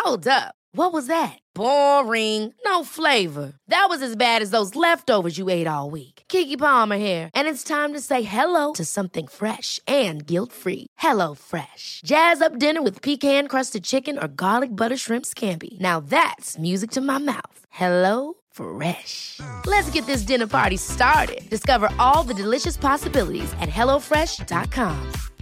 Hold up. What was that? Boring. No flavor. That was as bad as those leftovers you ate all week. Keke Palmer here. And it's time to say hello to something fresh and guilt-free. Hello Fresh. Jazz up dinner with pecan-crusted chicken or garlic butter shrimp scampi. Now that's music to my mouth. Hello Fresh. Let's get this dinner party started. Discover all the delicious possibilities at hellofresh.com.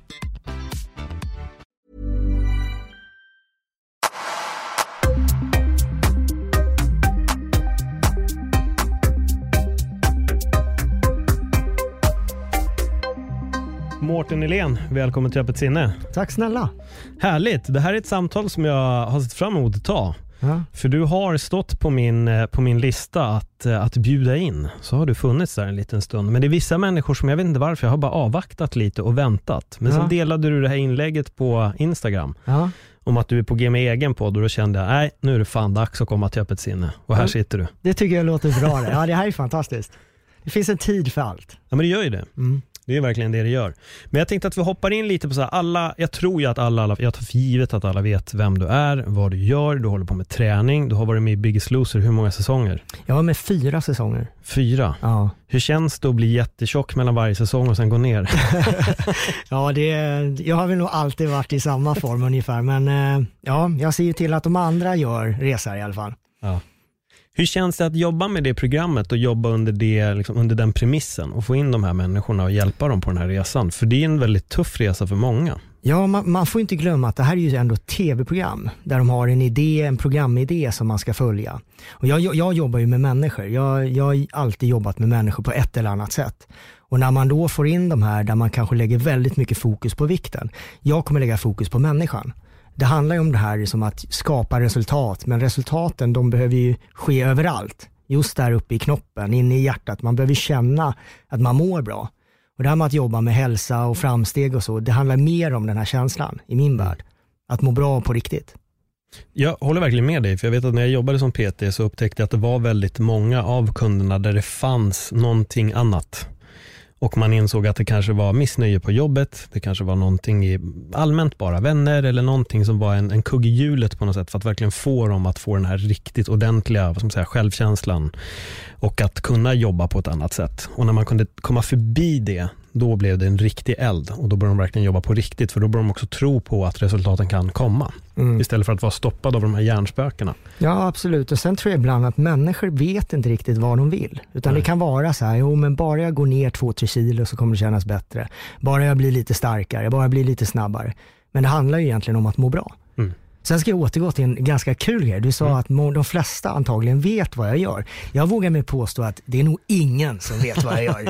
Mårten Nylén, välkommen till Öppet sinne. Tack snälla. Härligt, det här är ett samtal som jag har sett fram emot att ta. Ja. För du har stått på min lista att bjuda in. Så har du funnits där en liten stund. Men det är vissa människor som jag vet inte varför, jag har bara avvaktat lite och väntat. Men sen delade du det här inlägget på Instagram. Ja. Om att du är på G med egen podd och då kände jag, nej, nu är det fan dags att komma till Öppet sinne. Och här sitter du. Det tycker jag låter bra. Ja, det här är fantastiskt. Det finns en tid för allt. Ja, men det gör ju det. Mm. Det är verkligen det gör. Men jag tänkte att vi hoppar in lite på så här, alla, jag tror ju att alla, jag tar för givet att alla vet vem du är, vad du gör, du håller på med träning, du har varit med i Biggest Loser, hur många säsonger? Jag var med 4 säsonger. 4? Ja. Hur känns det att bli jättetjock mellan varje säsong och sen gå ner? Ja, jag har väl nog alltid varit i samma form ungefär, men ja, jag ser ju till att de andra gör resor i alla fall. Ja. Hur känns det att jobba med det programmet och jobba under det, liksom, under den premissen och få in de här människorna och hjälpa dem på den här resan? För det är en väldigt tuff resa för många. Ja, man får inte glömma att det här är ju ändå ett tv-program där de har en programidé som man ska följa. Och jag jobbar ju med människor. Jag har alltid jobbat med människor på ett eller annat sätt. Och när man då får in de här där man kanske lägger väldigt mycket fokus på vikten. Jag kommer lägga fokus på människan. Det handlar ju om det här som att skapa resultat, men resultaten de behöver ju ske överallt. Just där uppe i knoppen, inne i hjärtat. Man behöver känna att man mår bra. Och det här med att jobba med hälsa och framsteg och så, det handlar mer om den här känslan i min värld. Att må bra på riktigt. Jag håller verkligen med dig, för jag vet att när jag jobbade som PT så upptäckte jag att det var väldigt många av kunderna där det fanns någonting annat. Och man insåg att det kanske var missnöje på jobbet, det kanske var någonting i allmänt bara vänner eller någonting som var en kugg i hjulet på något sätt för att verkligen få dem att få den här riktigt ordentliga självkänslan och att kunna jobba på ett annat sätt. Och när man kunde komma förbi det, då blev det en riktig eld och då började de verkligen jobba på riktigt, för då började de också tro på att resultaten kan komma istället för att vara stoppad av de här hjärnspökena. Ja, absolut. Och sen tror jag ibland att människor vet inte riktigt vad de vill. Utan det kan vara så här, men bara jag går ner 2-3 kilo så kommer det kännas bättre. Bara jag blir lite starkare, bara jag blir lite snabbare. Men det handlar ju egentligen om att må bra. Mm. Sen ska jag återgå till en ganska kul grej. Du sa att de flesta antagligen vet vad jag gör. Jag vågar mig påstå att det är nog ingen som vet vad jag gör.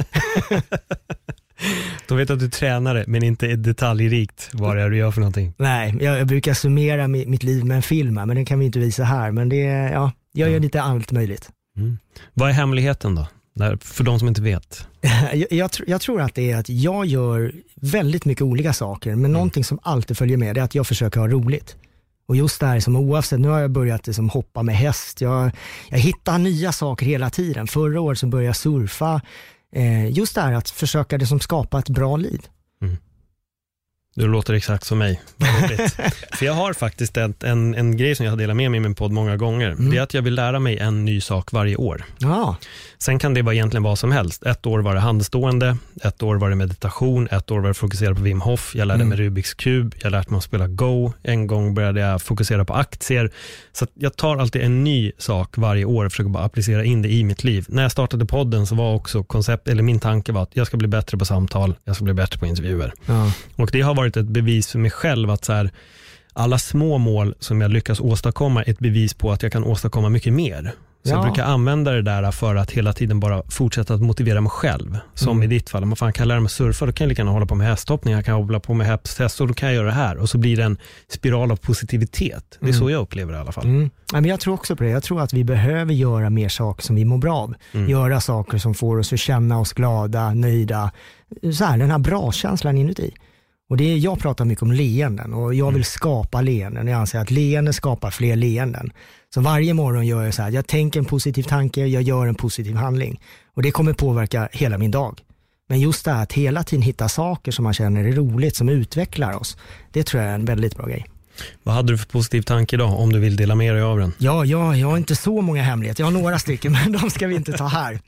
De vet att du tränar det, men inte är detaljrikt vad det är du gör för någonting. Nej, jag brukar summera mitt liv med en film, men det kan vi inte visa här. Men jag gör lite allt möjligt. Mm. Vad är hemligheten då? För de som inte vet. Jag tror att det är att jag gör väldigt mycket olika saker, men någonting som alltid följer med är att jag försöker ha roligt. Och just där som oavsett, nu har jag börjat liksom hoppa med häst. Jag hittar nya saker hela tiden. Förra året så började jag surfa. Just där att försöka skapa ett bra liv. Mm. Du låter exakt som mig. För jag har faktiskt en grej som jag har delat med mig i min podd många gånger. Det är att jag vill lära mig en ny sak varje år. Ja. Sen kan det vara egentligen vad som helst. Ett år var det handstående, ett år var det meditation, ett år var det fokusera på Wim Hof. Jag lärde mig Rubiks kub, jag lärde mig att spela Go. En gång började jag fokusera på aktier. Så att jag tar alltid en ny sak varje år och försöker bara applicera in det i mitt liv. När jag startade podden så var också min tanke var att jag ska bli bättre på samtal, jag ska bli bättre på intervjuer. Ja. Och det har varit ett bevis för mig själv att så här, alla små mål som jag lyckas åstadkomma är ett bevis på att jag kan åstadkomma mycket mer. Så jag brukar använda det där för att hela tiden bara fortsätta att motivera mig själv. Som i ditt fall, om man kan lära mig surfa, då kan jag lika gärna hålla på med hästhoppning, jag kan hålla på med hästhäst och då kan jag göra det här. Och så blir det en spiral av positivitet. Det är så jag upplever det i alla fall. Ja, men jag tror också på det. Jag tror att vi behöver göra mer saker som vi mår bra av. Göra saker som får oss att känna oss glada, nöjda. Så här, den här bra känslan inuti. Och jag pratar mycket om leenden och jag vill skapa leenden. Jag anser att leenden skapar fler leenden. Så varje morgon gör jag så här, jag tänker en positiv tanke, jag gör en positiv handling. Och det kommer påverka hela min dag. Men just det här att hela tiden hitta saker som man känner är roligt, som utvecklar oss, det tror jag är en väldigt bra grej. Vad hade du för positiv tanke idag om du vill dela med dig av den? Ja, jag har inte så många hemligheter. Jag har några stycken, men de ska vi inte ta här.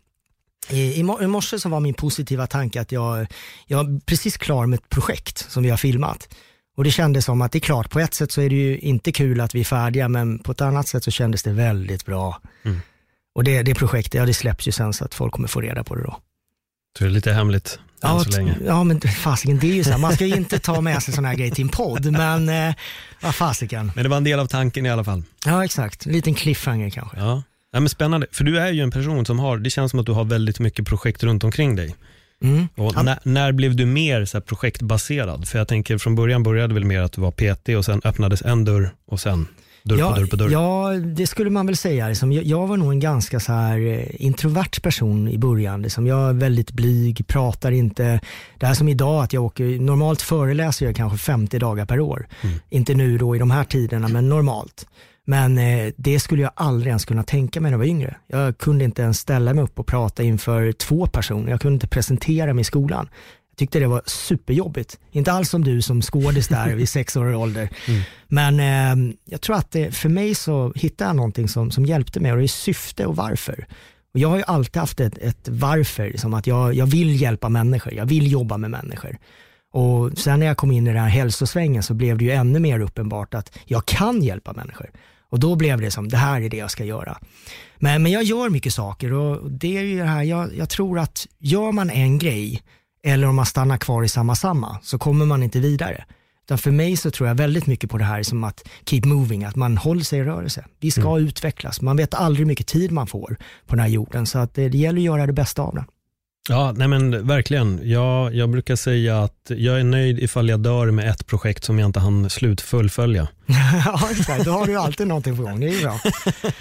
I morse så var min positiva tanke att jag är precis klar med ett projekt som vi har filmat. Och det kändes som att det är klart, på ett sätt så är det ju inte kul att vi är färdiga, men på ett annat sätt så kändes det väldigt bra. Mm. Och det projektet, det släpps ju sen så att folk kommer få reda på det då. Så det är lite hemligt än så länge. Ja, men fasiken, det är ju så här, man ska ju inte ta med sig sån här grej till en podd, men vad fasiken. Men det var en del av tanken i alla fall. Ja, exakt. En liten cliffhanger kanske. Ja, men spännande. För du är ju en person som det känns som att du har väldigt mycket projekt runt omkring dig. Mm. Och när blev du mer så här projektbaserad? För jag tänker från början började väl mer att du var PT och sen öppnades en dörr och sen dörr på dörr. Ja, det skulle man väl säga. Jag var nog en ganska så här introvert person i början. Jag är väldigt blyg, pratar inte. Det här som idag att jag åker, normalt föreläser jag kanske 50 dagar per år. Mm. Inte nu då i de här tiderna, men normalt. Men det skulle jag aldrig ens kunna tänka mig när jag var yngre. Jag kunde inte ens ställa mig upp och prata inför 2 personer. Jag kunde inte presentera mig i skolan. Jag tyckte det var superjobbigt. Inte alls som du som skådis där vid 6 år ålder. Mm. Men jag tror att för mig så hittade jag någonting som hjälpte mig. Och det är syfte och varför. Och jag har ju alltid haft ett varför. Som att jag vill hjälpa människor. Jag vill jobba med människor. Och sen när jag kom in i den här hälsosvängen så blev det ju ännu mer uppenbart att jag kan hjälpa människor. Och då blev det som, det här är det jag ska göra. Men jag gör mycket saker och det är ju det här, jag tror att gör man en grej eller om man stannar kvar i samma så kommer man inte vidare. Utan för mig så tror jag väldigt mycket på det här som att keep moving, att man håller sig i rörelse. Vi ska utvecklas, man vet aldrig hur mycket tid man får på den här jorden så att det gäller att göra det bästa av det. Ja, nej men verkligen. Jag brukar säga att jag är nöjd ifall jag dör med ett projekt som jag inte hann fullfölja. Ja, exakt. Då har du alltid någonting på gång. Det är ju bra.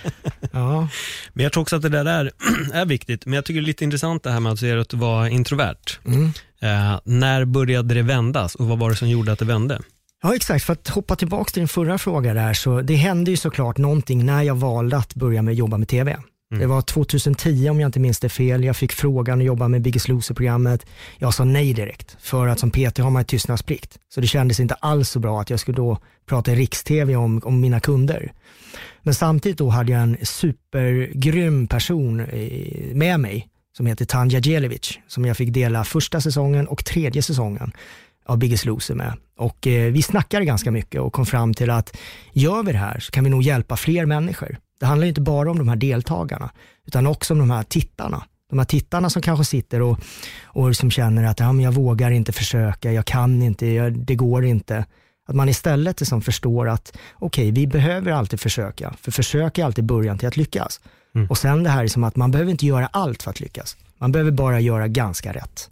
Ja. Men jag tror också att det där är viktigt. Men jag tycker det är lite intressant det här med att säga att du var introvert. Mm. När började det vändas och vad var det som gjorde att det vände? Ja, exakt. För att hoppa tillbaka till din förra fråga där så det hände ju såklart någonting när jag valde att börja med att jobba med tv. Det var 2010 om jag inte minns det fel. Jag fick frågan att jobba med Biggest Loser-programmet. Jag sa nej direkt. För att som PT har man tystnadsplikt. Så det kändes inte alls så bra att jag skulle då prata i riks-tv om mina kunder. Men samtidigt då hade jag en supergrym person med mig som heter Tanja Djelevic. Som jag fick dela första säsongen och 3:e säsongen av Biggest Loser med. Och vi snackade ganska mycket och kom fram till att gör vi det här så kan vi nog hjälpa fler människor. Det handlar inte bara om de här deltagarna utan också om de här tittarna. De här tittarna som kanske sitter och som känner att men jag vågar inte försöka, jag kan inte, det går inte. Att man istället liksom förstår att okej, vi behöver alltid försöka. För försök är alltid början till att lyckas. Mm. Och sen det här är som att man behöver inte göra allt för att lyckas. Man behöver bara göra ganska rätt.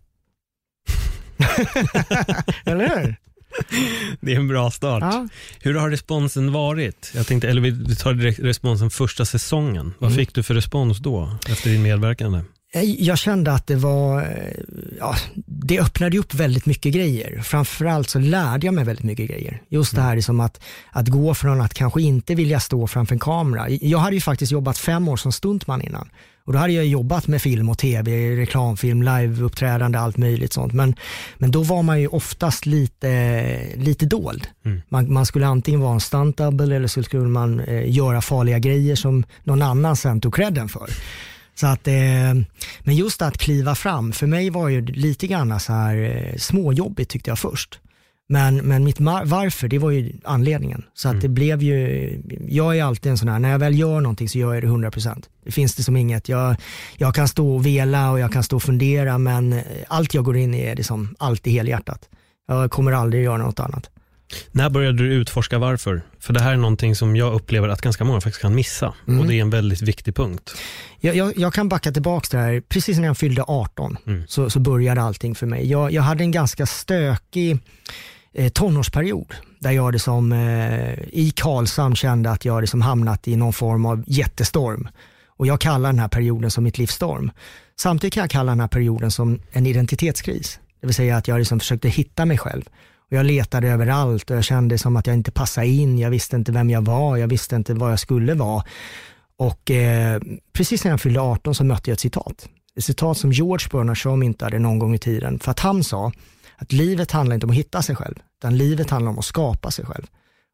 Eller hur? Det är en bra start. Ja. Hur har responsen varit? Jag tänkte, eller vi tar direkt responsen första säsongen. Vad fick du för respons då efter din medverkande? Jag kände att det var det öppnade upp väldigt mycket grejer. Framförallt så lärde jag mig väldigt mycket grejer. Just det här är som att gå från att kanske inte vilja stå framför en kamera. Jag hade ju faktiskt jobbat 5 år som stuntman innan. Och då hade jag jobbat med film och tv, reklamfilm, liveuppträdande, allt möjligt sånt. Men då var man ju oftast lite dold. Man skulle antingen vara en stunt double eller så skulle man göra farliga grejer som någon annan sen tog credden för. Så att, men just att kliva fram, för mig var ju lite grann så här småjobbigt tyckte jag först. Men mitt varför, det var ju anledningen. Så att det blev ju, jag är alltid en sån här, när jag väl gör någonting så gör jag det 100%. Det finns det som inget, jag kan stå och vela och jag kan stå och fundera, men allt jag går in i är det som alltid helhjärtat. Jag kommer aldrig göra något annat. När började du utforska varför? För det här är någonting som jag upplever att ganska många faktiskt kan missa. Och det är en väldigt viktig punkt. Jag kan backa tillbaka till det här. Precis när jag fyllde 18 så började allting för mig. Jag hade en ganska stökig tonårsperiod där jag det som i Karlshamn kände att jag liksom hamnat i någon form av jättestorm. Och jag kallar den här perioden som mitt livsstorm. Samtidigt kan jag kalla den här perioden som en identitetskris. Det vill säga att jag liksom försökte hitta mig själv. Och jag letade överallt och jag kände som att jag inte passade in. Jag visste inte vem jag var, jag visste inte vad jag skulle vara. Och precis när jag fyllde 18 så mötte jag ett citat. Ett citat som George Bernard Shaw myntade någon gång i tiden. För att han sa att livet handlar inte om att hitta sig själv, utan livet handlar om att skapa sig själv.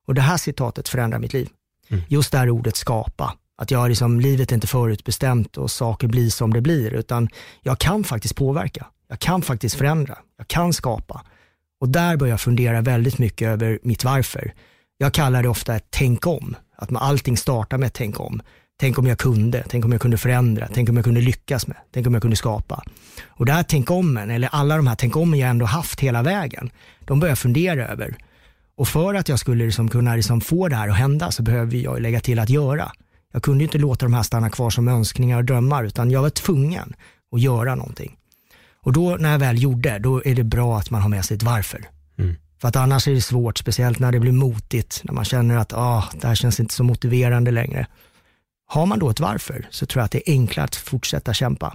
Och det här citatet förändrar mitt liv. Just det här ordet skapa. Att jag liksom, livet är inte förutbestämt och saker blir som det blir, utan jag kan faktiskt påverka. Jag kan faktiskt förändra. Jag kan skapa. Och där börjar jag fundera väldigt mycket över mitt varför. Jag kallar det ofta ett tänk om. Att allting startar med ett tänk om. Tänk om jag kunde. Tänk om jag kunde förändra. Tänk om jag kunde lyckas med. Tänk om jag kunde skapa. Och det här tänk ommen, eller alla de här tänk om jag ändå haft hela vägen, de börjar jag fundera över. Och för att jag skulle liksom kunna liksom få det här att hända, så behöver jag lägga till att göra. Jag kunde inte låta de här stanna kvar som önskningar och drömmar, utan jag var tvungen att göra någonting. Och då när jag väl gjorde, då är det bra att man har med sig ett varför. För att annars är det svårt, speciellt när det blir motigt, när man känner att det här känns inte så motiverande längre. Har man då ett varför, så tror jag att det är enklare att fortsätta kämpa.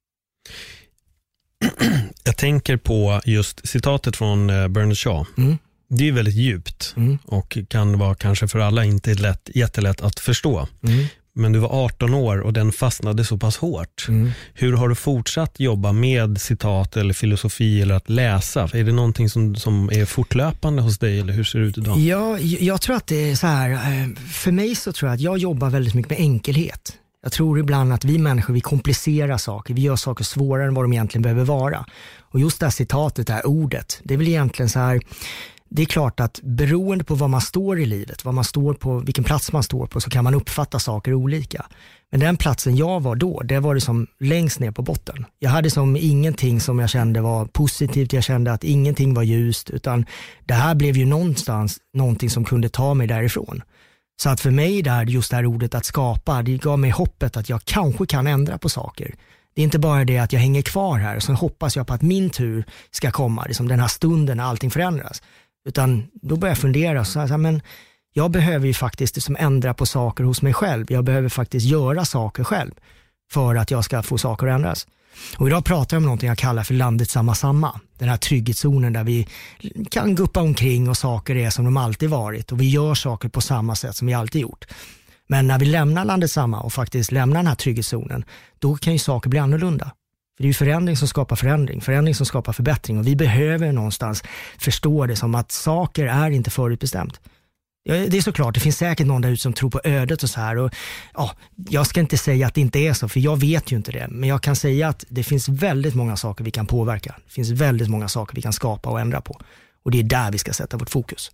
Jag tänker på just citatet från Bernard Shaw. Det är väldigt djupt och kan vara kanske för alla inte jättelätt att förstå. Men du var 18 år och den fastnade så pass hårt. Hur har du fortsatt jobba med citat eller filosofi eller att läsa? Är det någonting som är fortlöpande hos dig, eller hur ser det ut idag? Ja, jag tror att det är så här. För mig så tror jag att jag jobbar väldigt mycket med enkelhet. Jag tror ibland att vi människor, vi komplicerar saker. Vi gör saker svårare än vad de egentligen behöver vara. Och just det här citatet, det här ordet, det är väl egentligen så här. Det är klart att beroende på vad man står i livet, vad man står på, vilken plats man står på, så kan man uppfatta saker olika. Men den platsen jag var då, det var det som längst ner på botten. Jag hade som ingenting som jag kände var positivt, jag kände att ingenting var ljust, utan det här blev ju någonstans någonting som kunde ta mig därifrån. Så att för mig där, just det här ordet att skapa, det gav mig hoppet att jag kanske kan ändra på saker. Det är inte bara det att jag hänger kvar här och sen hoppas jag på att min tur ska komma, liksom den här stunden när allting förändras. Utan då börjar jag fundera så här, men jag behöver ju faktiskt liksom ändra på saker hos mig själv. Jag behöver faktiskt göra saker själv för att jag ska få saker att ändras. Och idag pratar jag om någonting jag kallar för landet samma. Den här trygghetszonen där vi kan guppa omkring och saker är som de alltid varit. Och vi gör saker på samma sätt som vi alltid gjort. Men när vi lämnar landet samma och faktiskt lämnar den här trygghetszonen, då kan ju saker bli annorlunda. För det är ju förändring som skapar förändring som skapar förbättring, och vi behöver någonstans förstå det som att saker är inte förutbestämt. Det är såklart, det finns säkert någon där ute som tror på ödet och så här, och jag ska inte säga att det inte är så, för jag vet ju inte det, men jag kan säga att det finns väldigt många saker vi kan påverka. Det finns väldigt många saker vi kan skapa och ändra på, och det är där vi ska sätta vårt fokus.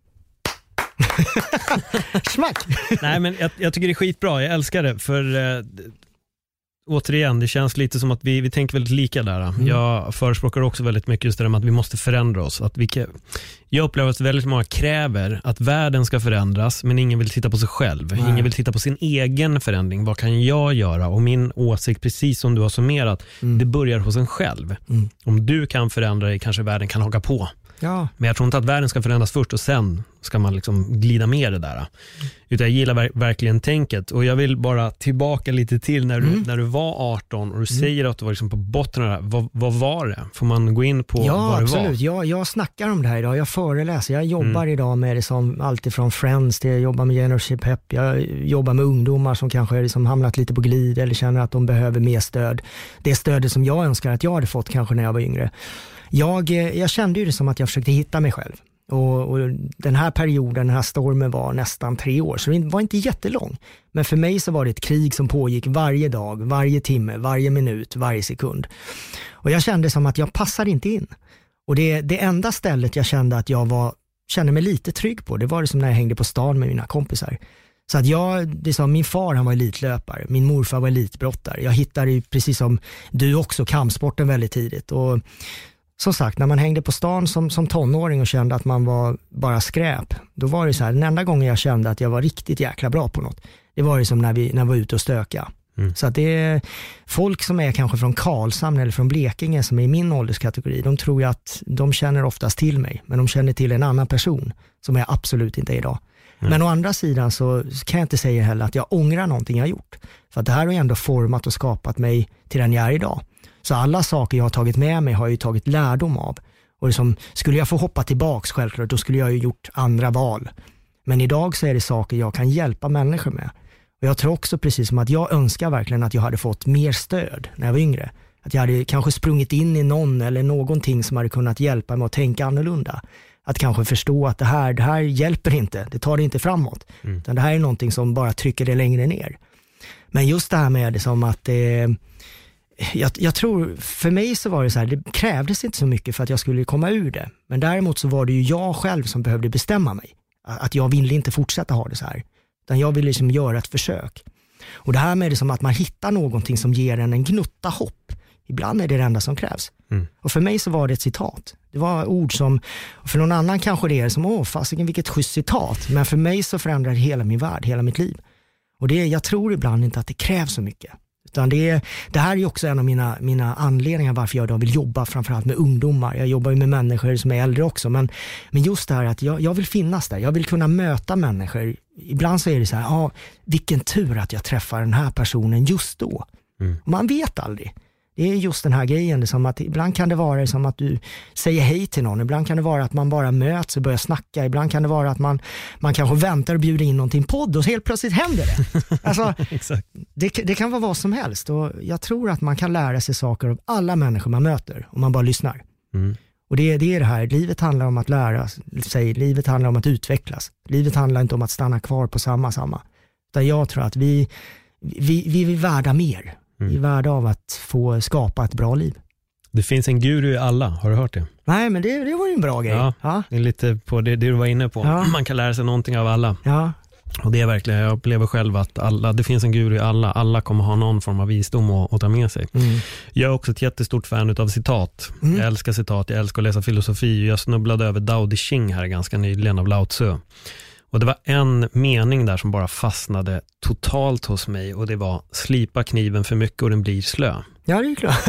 Smack! Nej, men jag tycker det är skitbra, jag älskar det, för återigen, det känns lite som att vi tänker väldigt lika där. Jag förespråkar också väldigt mycket just det med att vi måste förändra oss. Jag upplever att väldigt många kräver att världen ska förändras, men ingen vill titta på sig själv. Nej. Ingen vill titta på sin egen förändring. Vad kan jag göra? Och min åsikt, precis som du har summerat, det börjar hos en själv. Om du kan förändra dig, kanske världen kan haka på. Ja. Men jag tror inte att världen ska förändras först och sen ska man liksom glida med det där. Utan jag gillar verkligen tänket. Och jag vill bara tillbaka lite till när du var 18 och du säger att du var liksom på botten av det här. Vad var det? Får man gå in på vad det var? Absolut. Jag snackar om det här idag. Jag föreläser. Jag jobbar idag med det som alltifrån Friends till jag jobbar med Generation Pep. Jag jobbar med ungdomar som kanske liksom hamnat lite på glid eller känner att de behöver mer stöd. Det stödet som jag önskar att jag hade fått kanske när jag var yngre. Jag kände ju det som att jag försökte hitta mig själv. Och den här perioden, den här stormen var nästan 3 år. Så det var inte jättelång. Men för mig så var det ett krig som pågick varje dag, varje timme, varje minut, varje sekund. Och jag kände som att jag passade inte in. Och det enda stället jag kände att kände mig lite trygg på, det var det som när jag hängde på stan med mina kompisar. Så att min far, han var elitlöpare, min morfar var elitbrottare. Jag hittade ju, precis som du också, kampsporten väldigt tidigt. Och som sagt, när man hängde på stan som tonåring och kände att man var bara skräp, då var det så här, den enda gången jag kände att jag var riktigt jäkla bra på något, det var det som när vi var ute och stöka. Så att det är folk som är kanske från Karlshamn eller från Blekinge som är i min ålderskategori, de tror jag att de känner oftast till mig, men de känner till en annan person som jag absolut inte är idag. Men å andra sidan så kan jag inte säga heller att jag ångrar någonting jag har gjort. För att det här har ju ändå format och skapat mig till den jag är idag. Så alla saker jag har tagit med mig har jag ju tagit lärdom av. Och skulle jag få hoppa tillbaks självklart, då skulle jag ju gjort andra val. Men idag så är det saker jag kan hjälpa människor med. Och jag tror också, precis som att jag önskar verkligen att jag hade fått mer stöd när jag var yngre. Att jag hade kanske sprungit in i någon eller någonting som hade kunnat hjälpa mig att tänka annorlunda. Att kanske förstå att det här hjälper inte, det tar det inte framåt. Utan det här är någonting som bara trycker det längre ner. Men just det här med det som att jag tror, för mig så var det så här, det krävdes inte så mycket för att jag skulle komma ur det. Men däremot så var det ju jag själv som behövde bestämma mig. Att jag ville inte fortsätta ha det så här. Utan jag ville liksom göra ett försök. Och det här med det som att man hittar någonting som ger en gnutta hopp. Ibland är det enda som krävs. Och för mig så var det ett citat. Det var ord som, för någon annan kanske det är som, fasiken vilket schysst citat. Men för mig så förändrar det hela min värld, hela mitt liv. Och jag tror ibland inte att det krävs så mycket. Utan det här är ju också en av mina anledningar varför jag då vill jobba framförallt med ungdomar. Jag jobbar ju med människor som är äldre också. Men just det här att jag vill finnas där. Jag vill kunna möta människor. Ibland så är det så här, vilken tur att jag träffar den här personen just då. Man vet aldrig. Det är just den här grejen, som att ibland kan det vara som att du säger hej till någon. Ibland kan det vara att man bara möts och börjar snacka. Ibland kan det vara att man kanske väntar och bjuder in någonting podd och så helt plötsligt händer det. Alltså, Exakt. Det kan vara vad som helst. Och jag tror att man kan lära sig saker av alla människor man möter om man bara lyssnar. Och det är det här, livet handlar om att lära sig, livet handlar om att utvecklas. Livet handlar inte om att stanna kvar på samma. Utan jag tror att vi är värda mer. Vi är värda av att få skapa ett bra liv. Det finns en guru i alla, har du hört det? Nej, men det var ju en bra grej. Ja. Det är lite på det du var inne på. Ja. Man kan lära sig någonting av alla. Ja. Och det är verkligen, jag upplever själv att det finns en guru i alla. Alla kommer ha någon form av visdom att ta med sig. Jag är också ett jättestort fan av citat. Jag älskar citat, jag älskar att läsa filosofi. Jag snubblade över Dao De Ching här ganska nyligen av Lao Tzu. Och det var en mening där som bara fastnade totalt hos mig. Och det var, slipa kniven för mycket och den blir slö. Ja, det är klart.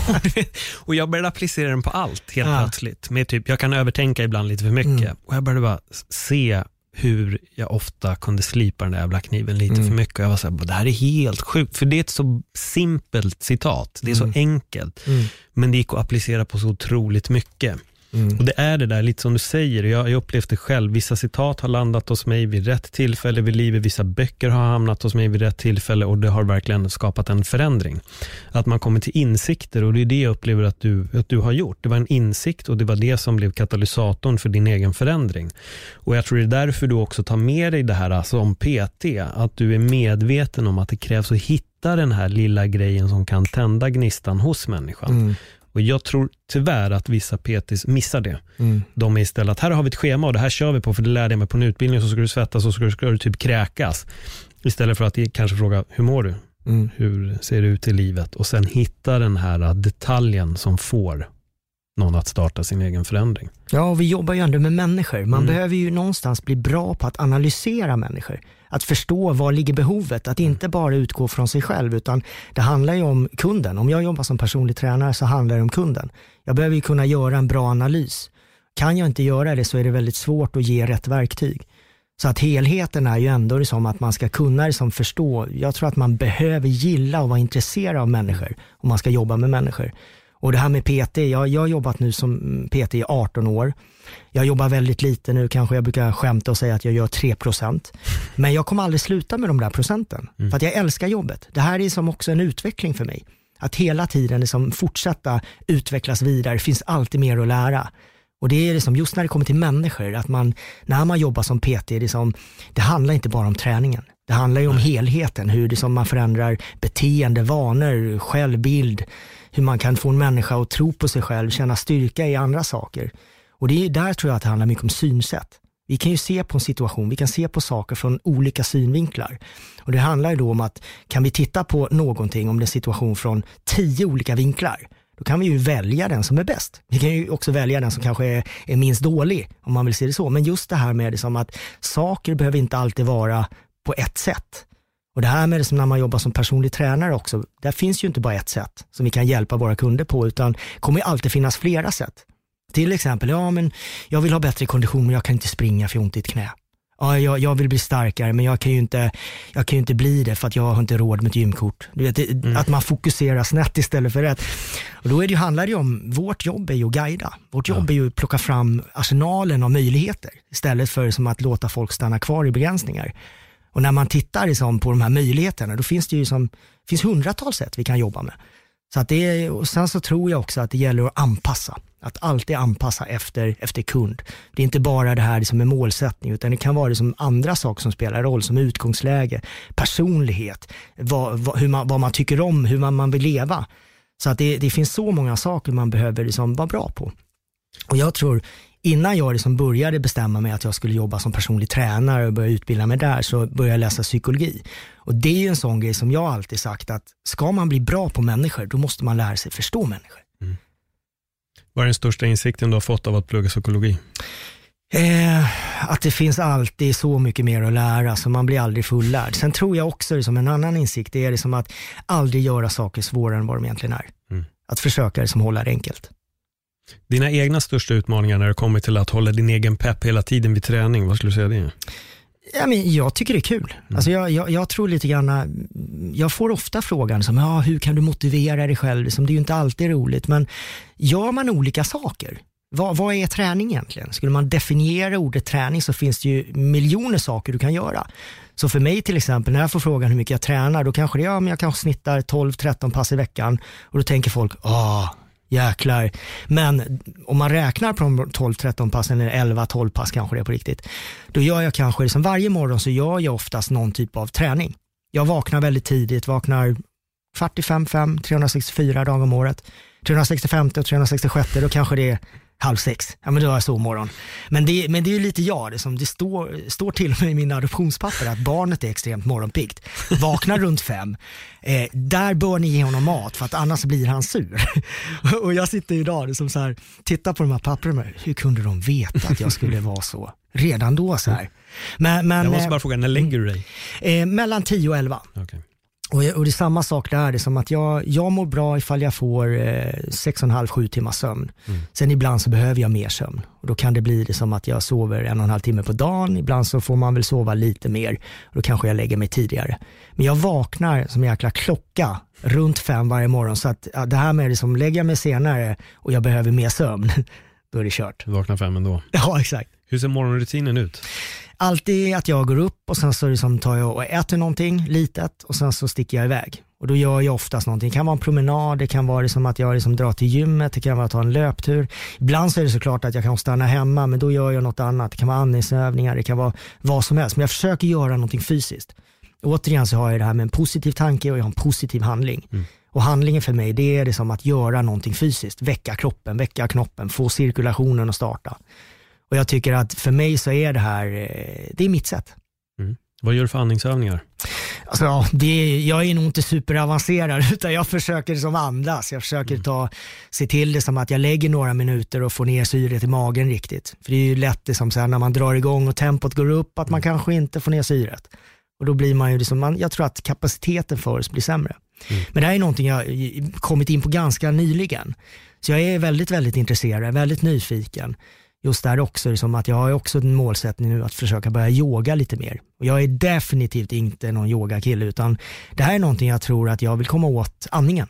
Och jag började applicera den på allt helt plötsligt. Med typ, jag kan övertänka ibland lite för mycket. Och jag började bara se hur jag ofta kunde slipa den där jävla kniven lite för mycket. Och jag var så här, det här är helt sjukt. För det är ett så simpelt citat. Det är så enkelt. Men det gick att applicera på så otroligt mycket. Och det är det där lite som du säger. Jag upplevde själv, vissa citat har landat hos mig vid rätt tillfälle vid livet, vissa böcker har hamnat hos mig vid rätt tillfälle och det har verkligen skapat en förändring. Att man kommer till insikter, och det är det jag upplever att du har gjort. Det var en insikt och det var det som blev katalysatorn för din egen förändring. Och jag tror det är därför du också tar med dig det här som PT, att du är medveten om att det krävs att hitta den här lilla grejen som kan tända gnistan hos människan. Och jag tror tyvärr att vissa PTs missar det. De är istället att här har vi ett schema och det här kör vi på, för det lärde jag mig på en utbildning, så ska du svettas och så ska du typ kräkas. Istället för att kanske fråga, hur mår du? Hur ser det ut i livet? Och sen hitta den här detaljen som får någon att starta sin egen förändring. Ja, och vi jobbar ju ändå med människor. Man behöver ju någonstans bli bra på att analysera människor. Att förstå var ligger behovet. Att inte bara utgå från sig själv, utan det handlar ju om kunden. Om jag jobbar som personlig tränare så handlar det om kunden. Jag behöver ju kunna göra en bra analys. Kan jag inte göra det så är det väldigt svårt att ge rätt verktyg. Så att helheten är ju ändå som att man ska kunna förstå. Jag tror att man behöver gilla och vara intresserad av människor om man ska jobba med människor. Och det här med PT, jag har jobbat nu som PT i 18 år. Jag jobbar väldigt lite nu, kanske jag brukar skämta och säga att jag gör 3%. Men jag kommer aldrig sluta med de där procenten. För att jag älskar jobbet. Det här är som också en utveckling för mig. Att hela tiden fortsätta utvecklas vidare. Det finns alltid mer att lära. Och det är just när det kommer till människor, att när man jobbar som PT, det handlar inte bara om träningen. Det handlar ju om helheten, hur man förändrar beteende, vanor, självbild, hur man kan få en människa att tro på sig själv, känna styrka i andra saker. Och det är där tror jag att det handlar mycket om synsätt. Vi kan ju se på en situation, vi kan se på saker från olika synvinklar. Och det handlar ju då om att kan vi titta på någonting, om det är en situation från 10 olika vinklar, då kan vi ju välja den som är bäst. Vi kan ju också välja den som kanske är minst dålig, om man vill se det så. Men just det här med det som att saker behöver inte alltid vara på ett sätt. Och det här med det som när man jobbar som personlig tränare också, där finns ju inte bara ett sätt som vi kan hjälpa våra kunder på, utan kommer ju alltid finnas flera sätt. Till exempel, men jag vill ha bättre kondition men jag kan inte springa för jag har ont i ett knä. Ja, jag vill bli starkare men jag kan ju inte bli det för att jag har inte råd med ett gymkort. Du vet, att man fokuserar snett istället för rätt. Och då handlar det ju om, vårt jobb är ju att guida. Vårt jobb är ju att plocka fram arsenalen av möjligheter istället för som att låta folk stanna kvar i begränsningar. Och när man tittar på de här möjligheterna, då finns det ju finns hundratals sätt vi kan jobba med. Så att och sen så tror jag också att det gäller att anpassa. Att alltid anpassa efter kund. Det är inte bara det här som är målsättning, utan det kan vara som andra saker som spelar roll, som utgångsläge, personlighet, vad man tycker om, hur man vill leva. Så att det finns så många saker man behöver liksom vara bra på. Och jag tror, innan jag liksom började bestämma mig att jag skulle jobba som personlig tränare och börja utbilda mig där, så började jag läsa psykologi. Och det är ju en sån grej som jag alltid sagt, att ska man bli bra på människor, då måste man lära sig förstå människor. Mm. Vad är den största insikten du har fått av att plugga psykologi? Att det finns alltid så mycket mer att lära, så man blir aldrig fullärd. Sen tror jag också, som en annan insikt, det är liksom att aldrig göra saker svårare än vad de egentligen är. Mm. Att försöka liksom hålla det enkelt. Dina egna största utmaningar när det kommer till att hålla din egen pepp hela tiden vid träning, vad skulle du säga det? Ja, men jag tycker det är kul. Alltså jag tror lite grann, jag får ofta frågan som, hur kan du motivera dig själv? Det är ju inte alltid roligt, men gör man olika saker? Vad är träning egentligen? Skulle man definiera ordet träning, så finns det ju miljoner saker du kan göra. Så för mig till exempel, när jag får frågan hur mycket jag tränar, då kanske men jag kanske snittar 12-13 pass i veckan, och då tänker folk, jäklar. Men om man räknar på de 12-13 passen, eller 11-12 pass kanske det är på riktigt, då gör jag kanske, som varje morgon så gör jag oftast någon typ av träning. Jag vaknar väldigt tidigt, vaknar 45-5, 364 dagar om året. 365 och 366, då kanske det är 5:30. Ja, men då är jag så morgon. Men det är ju lite det står till och med i mina adoptionspapper att barnet är extremt morgonpiggt. Vaknar runt 5. Där bör ni ge honom mat, för att annars blir han sur. Och jag sitter idag som så här, tittar på de här papperna. Hur kunde de veta att jag skulle vara så redan då så här? Men jag måste bara fråga, när lägger du dig? Mellan 10 och 11. Okay. Och det är samma sak där, det är som att jag mår bra ifall jag får 6,5-7 timmar sömn. Sen ibland så behöver jag mer sömn, och då kan det bli det som att jag sover 1,5 timme på dagen. Ibland så får man väl sova lite mer, och då kanske jag lägger mig tidigare. Men jag vaknar som en jäkla klocka runt 5 varje morgon, så att det här med liksom, lägger jag mig senare och jag behöver mer sömn, då är det kört. Du vaknar 5 ändå. Ja, exakt. Hur ser morgonrutinen ut? Alltid att jag går upp och sen så liksom tar jag och äter någonting litet, och sen så sticker jag iväg. Och då gör jag oftast någonting. Det kan vara en promenad, det kan vara liksom att jag liksom drar till gymmet, det kan vara att ta en löptur. Ibland så är det såklart att jag kan stanna hemma, men då gör jag något annat. Det kan vara andningsövningar, det kan vara vad som helst. Men jag försöker göra någonting fysiskt. Återigen så har jag det här med en positiv tanke, och jag har en positiv handling. Och handlingen för mig, det är det som att göra någonting fysiskt. Väcka kroppen, väcka knoppen, få cirkulationen att starta. Och jag tycker att för mig så är det här, det är mitt sätt. Vad gör du för andningsövningar? Alltså, jag är nog inte superavancerad, utan jag försöker som andas. Jag försöker se till det som att jag lägger några minuter och får ner syret i magen riktigt. För det är ju lätt det som så här, när man drar igång och tempot går upp, att man kanske inte får ner syret. Och då blir man ju jag tror att kapaciteten för oss blir sämre. Men det här är någonting jag kommit in på ganska nyligen. Så jag är väldigt, väldigt intresserad, väldigt nyfiken. Just där också, som att jag har också en målsättning nu att försöka börja yoga lite mer. Och jag är definitivt inte någon yogakille, utan det här är någonting jag tror att jag vill komma åt andningen.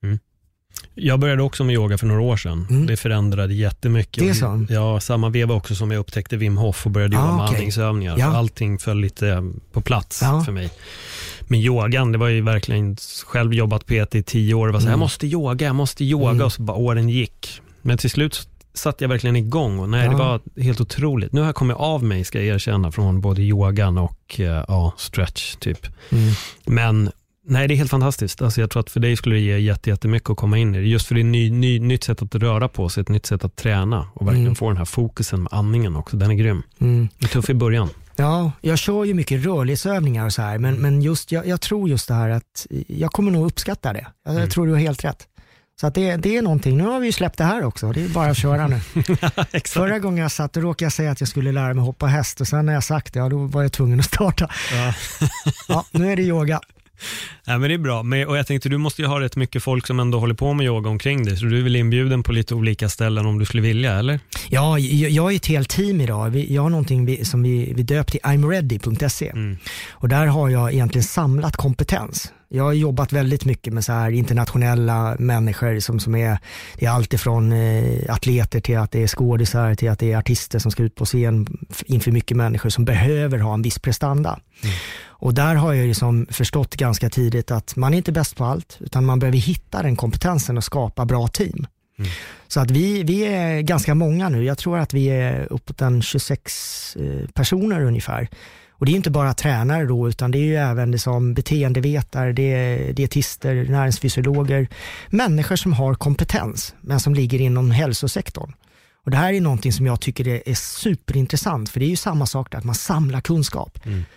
Jag började också med yoga för några år sedan. Det förändrade jättemycket. Det är så? Ja, samma veva också som jag upptäckte Wim Hof och började jobba med andningsövningar. Ja. Allting föll lite på plats för mig. Men yogan, det var ju verkligen, själv jobbat PT i 10 år. Det var så här, jag måste yoga. Och så bara åren gick. Men till slut satt jag verkligen igång, och det var helt otroligt. Nu har jag kommit av mig, ska jag erkänna, från både yogan och stretch typ. Men nej, det är helt fantastiskt. Alltså jag tror att för dig skulle det ge jättemycket att komma in i det. Just för det är nytt sätt att röra på sig, ett nytt sätt att träna och verkligen få den här fokusen med andningen också. Den är grym. Det är tuff i början. Ja, jag kör ju mycket rörlighetsövningar och så här, men just jag tror just det här att jag kommer nog uppskatta det. Jag tror du har helt rätt. Så att det är någonting. Nu har vi ju släppt det här också. Det är bara att köra nu. Förra gången jag satt, då råkade jag säga att jag skulle lära mig hoppa häst, och sen när jag sagt det, då var jag tvungen att starta. Ja, nu är det yoga. Ja, men det är bra. Och jag tänkte, du måste ju ha rätt mycket folk som ändå håller på med yoga omkring dig. Så du är väl inbjuden på lite olika ställen om du skulle vilja, eller? Ja, jag är ett helt team idag. Jag har någonting som vi döpt till imready.se. Och där har jag egentligen samlat kompetens. Jag har jobbat väldigt mycket med så här internationella människor som är, det är allt ifrån atleter till att det är skådisar till att det är artister som ska ut på scen inför mycket människor som behöver ha en viss prestanda. Och där har jag liksom förstått ganska tidigt att man är inte bäst på allt, utan man behöver hitta den kompetensen och skapa bra team. Så att vi är ganska många nu. Jag tror att vi är uppåt en 26 personer ungefär. Och det är inte bara tränare då, utan det är ju även det som beteendevetare, det är dietister, näringsfysiologer, människor som har kompetens men som ligger inom hälsosektorn. Och det här är någonting som jag tycker är superintressant, för det är ju samma sak där, att man samlar kunskap.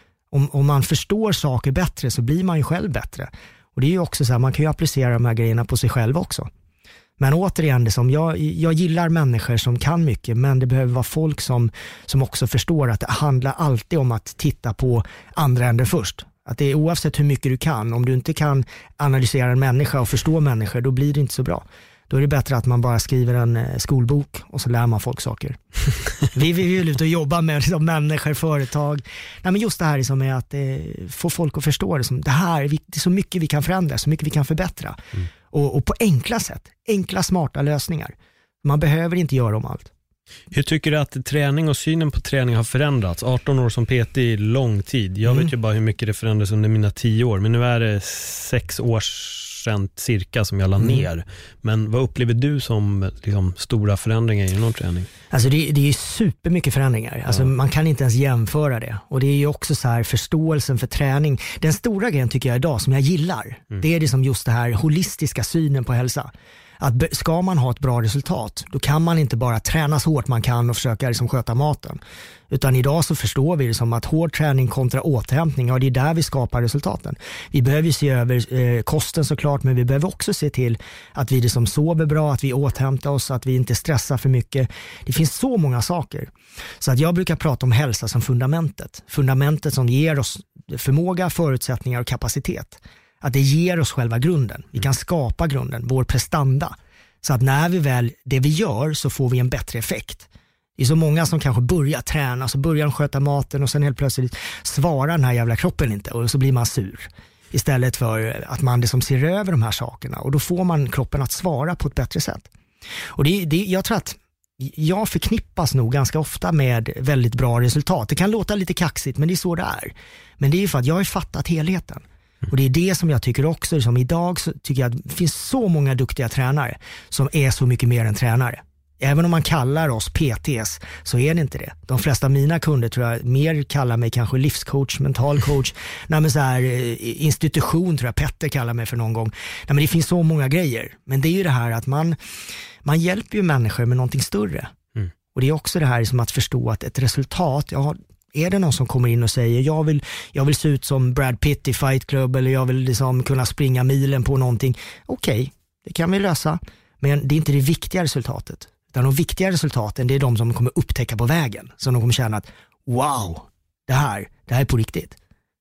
Om man förstår saker bättre så blir man ju själv bättre. Och det är ju också så här, man kan ju applicera de här grejerna på sig själv också. Men återigen, det som jag gillar människor som kan mycket, men det behöver vara folk som också förstår att det handlar alltid om att titta på andra änden först. Att det är oavsett hur mycket du kan, om du inte kan analysera en människa och förstå människor, då blir det inte så bra. Då är det bättre att man bara skriver en skolbok och så lär man folk saker. Vi vill ut och jobba med liksom, människor, företag. Nej, men just det här liksom, är att få folk att förstå det. Som, det är så mycket vi kan förändra, så mycket vi kan förbättra. Och på enkla sätt, enkla smarta lösningar. Man behöver inte göra om allt. Hur tycker du att träning och synen på träning har förändrats? 18 år som PT i lång tid. Jag vet ju bara hur mycket det förändrades under mina 10 år. Men nu är det 6 år sedan cirka som jag la ner. Men vad upplever du som liksom, stora förändringar inom träning? Alltså det är supermycket förändringar. Alltså man kan inte ens jämföra det. Och det är ju också så här förståelsen för träning. Den stora grejen tycker jag idag som jag gillar, det är liksom just det här holistiska synen på hälsa. Att ska man ha ett bra resultat, då kan man inte bara träna så hårt man kan och försöka liksom sköta maten. Utan idag så förstår vi det som att hård träning kontra återhämtning, ja det är där vi skapar resultaten. Vi behöver se över kosten såklart, men vi behöver också se till att vi liksom sover bra, att vi återhämtar oss, att vi inte stressar för mycket. Det finns så många saker. Så att jag brukar prata om hälsa som fundamentet. Fundamentet som ger oss förmåga, förutsättningar och kapacitet. Att det ger oss själva grunden. Vi kan skapa grunden, vår prestanda. Så att när vi väl det vi gör så får vi en bättre effekt. Det är så många som kanske börjar träna, så börjar de sköta maten och sen helt plötsligt svarar den här jävla kroppen inte och så blir man sur. Istället för att man liksom ser över de här sakerna och då får man kroppen att svara på ett bättre sätt. Och jag tror att jag förknippas nog ganska ofta med väldigt bra resultat. Det kan låta lite kaxigt, men det är så det är. Men det är ju för att jag har fattat helheten. Och det är det som jag tycker också, som idag så tycker jag att det finns så många duktiga tränare som är så mycket mer än tränare. Även om man kallar oss PTs så är det inte det. De flesta av mina kunder tror jag mer kallar mig kanske livscoach, mental coach. Nej, men så här, institution tror jag Petter kallar mig för någon gång. Nej, men det finns så många grejer. Men det är ju det här att man hjälper ju människor med någonting större. Och det är också det här som att förstå att ett resultat, är det någon som kommer in och säger jag vill se ut som Brad Pitt i Fight Club eller jag vill liksom kunna springa milen på någonting. Okej, det kan vi lösa. Men det är inte det viktiga resultatet. Utan de viktiga resultaten, det är de som kommer upptäcka på vägen. Så de kommer känna att wow, det här är på riktigt.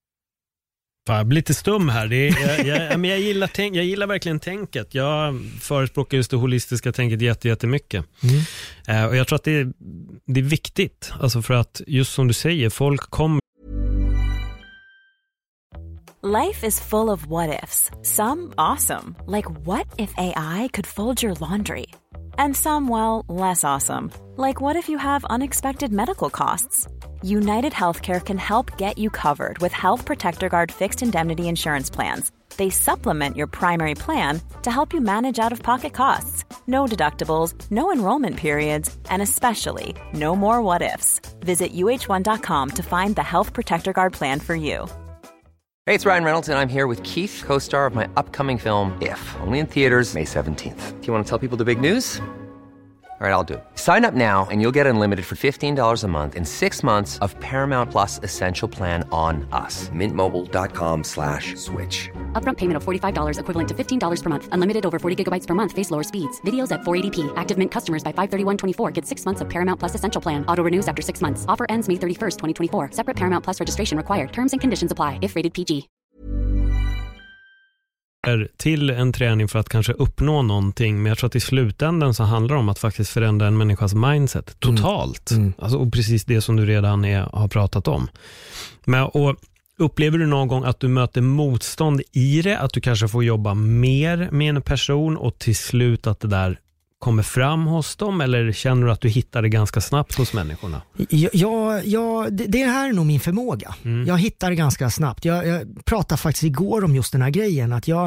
Jag blir lite stum här. Men jag gillar verkligen tänket. Jag förespråkar just det holistiska tänket jättemycket. Och jag tror att det är viktigt. Alltså för att just som du säger, folk kommer. Life is full of what ifs. Some awesome. Like what if AI could fold your laundry? And some, well, less awesome. Like what if you have unexpected medical costs? United Healthcare can help get you covered with Health Protector Guard fixed indemnity insurance plans. They supplement your primary plan to help you manage out-of-pocket costs. No deductibles, no enrollment periods, and especially no more what-ifs. Visit uh1.com to find the Health Protector Guard plan for you. Hey, it's Ryan Reynolds, and I'm here with Keith, co-star of my upcoming film, If, only in theaters May 17th. Do you want to tell people the big news? All right, I'll do it. Sign up now and you'll get unlimited for $15 a month and 6 months of Paramount Plus Essential Plan on us. MintMobile.com/switch. Upfront payment of $45 equivalent to $15 per month. Unlimited over 40 gigabytes per month. Face lower speeds. Videos at 480p. Active Mint customers by 531.24 get 6 months of Paramount Plus Essential Plan. Auto renews after 6 months. Offer ends May 31st, 2024. Separate Paramount Plus registration required. Terms and conditions apply if rated PG. Till en träning för att kanske uppnå någonting, men jag tror att i slutändan så handlar det om att faktiskt förändra en människas mindset totalt. Alltså, och precis det som du redan har pratat om. Och Upplever du någon gång att du möter motstånd i det? Att du kanske får jobba mer med en person och till slut att det där kommer fram hos dem? Eller känner du att du hittar det ganska snabbt hos människorna? Det här är nog min förmåga. Jag hittar det ganska snabbt. Jag pratade faktiskt igår om just den här grejen. Att jag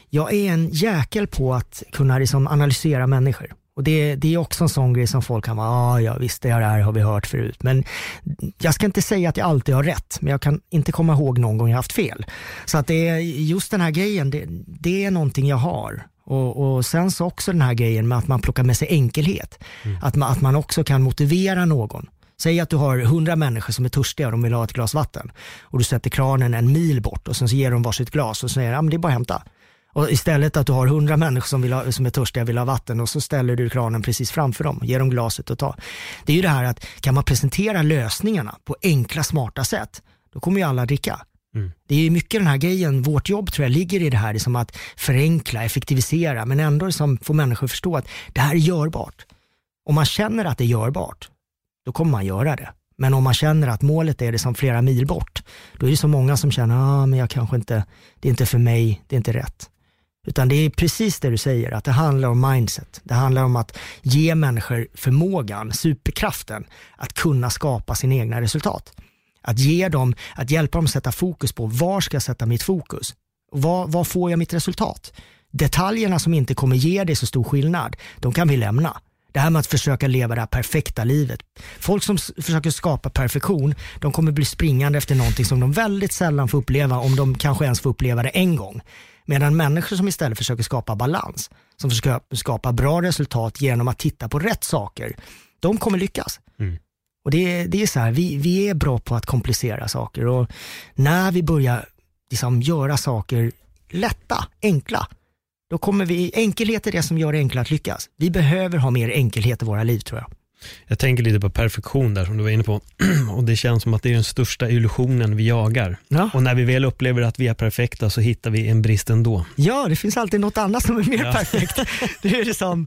är en jäkel på att kunna liksom analysera människor. Och det är också en sån grej som folk kan vara, ja visst, det här har vi hört förut. Men jag ska inte säga att jag alltid har rätt, men jag kan inte komma ihåg någon gång jag haft fel. Så att det är just den här grejen, det är någonting jag har. Och sen så också den här grejen med att man plockar med sig enkelhet. Att man också kan motivera någon. Säg att du har 100 människor som är törstiga och de vill ha ett glas vatten. Och du sätter kranen en mil bort och sen så ger de varsitt glas och säger, ja men det är bara att hämta. Och istället att du har 100 människor som är törstiga och vill ha vatten och så ställer du kranen precis framför dem, ger dem glaset och tar. Det är ju det här att kan man presentera lösningarna på enkla, smarta sätt, då kommer ju alla dricka. Det är ju mycket den här grejen, vårt jobb tror jag ligger i det här liksom att förenkla, effektivisera, men ändå liksom få människor att förstå att det här är görbart. Om man känner att det är görbart, då kommer man göra det. Men om man känner att målet är det som flera mil bort, då är det så många som känner, men jag kanske inte, det är inte för mig, det är inte rätt. Utan det är precis det du säger, att det handlar om mindset. Det handlar om att ge människor förmågan, superkraften att kunna skapa sina egna resultat. Att hjälpa dem att sätta fokus på var ska jag sätta mitt fokus? Var får jag mitt resultat? Detaljerna som inte kommer ge dig så stor skillnad, de kan vi lämna. Det här med att försöka leva det här perfekta livet. Folk som försöker skapa perfektion, de kommer bli springande efter någonting som de väldigt sällan får uppleva, om de kanske ens får uppleva det en gång. Medan människor som istället försöker skapa balans, som försöker skapa bra resultat genom att titta på rätt saker, de kommer lyckas. Och det är så här, vi är bra på att komplicera saker, och när vi börjar liksom göra saker lätta, enkla, då kommer enkelhet är det som gör det enkelt att lyckas. Vi behöver ha mer enkelhet i våra liv, tror jag. Jag tänker lite på perfektion där som du var inne på. Och det känns som att det är den största illusionen vi jagar. Ja. Och när vi väl upplever att vi är perfekta så hittar vi en brist ändå. Ja, det finns alltid något annat som är mer perfekt. Det är det som...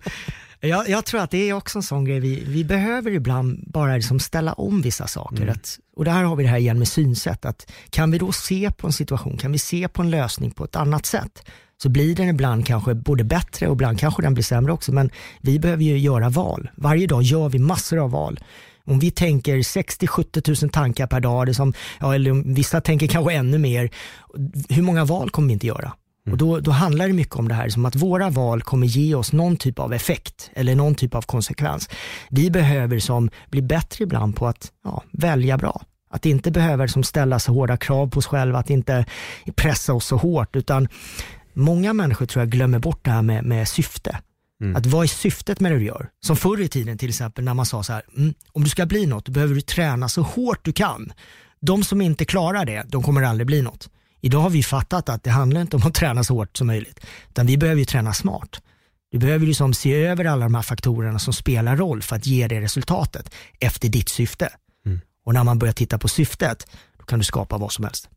Jag tror att det är också en sån grej. Vi behöver ibland bara liksom ställa om vissa saker. Och där har vi det här igen med synsätt. Att kan vi då se på en situation, kan vi se på en lösning på ett annat sätt, så blir den ibland kanske både bättre och ibland kanske den blir sämre också. Men vi behöver ju göra val. Varje dag gör vi massor av val. Om vi tänker 60-70 000 tankar per dag, det som, eller vissa tänker kanske ännu mer, hur många val kommer vi inte göra? Och då handlar det mycket om det här som att våra val kommer ge oss någon typ av effekt eller någon typ av konsekvens. Vi behöver bli bättre ibland på att välja bra. Att inte behöver ställa så hårda krav på oss själva, att inte pressa oss så hårt, utan många människor tror jag glömmer bort det här med syfte. Att vad är syftet med det du gör? Som förr i tiden till exempel när man sa så här, om du ska bli något, då behöver du träna så hårt du kan. De som inte klarar det, de kommer aldrig bli något. Idag har vi fattat att det handlar inte om att träna så hårt som möjligt, utan vi behöver ju träna smart. Du behöver ju se över alla de här faktorerna som spelar roll för att ge det resultatet efter ditt syfte. Och när man börjar titta på syftet, då kan du skapa vad som helst.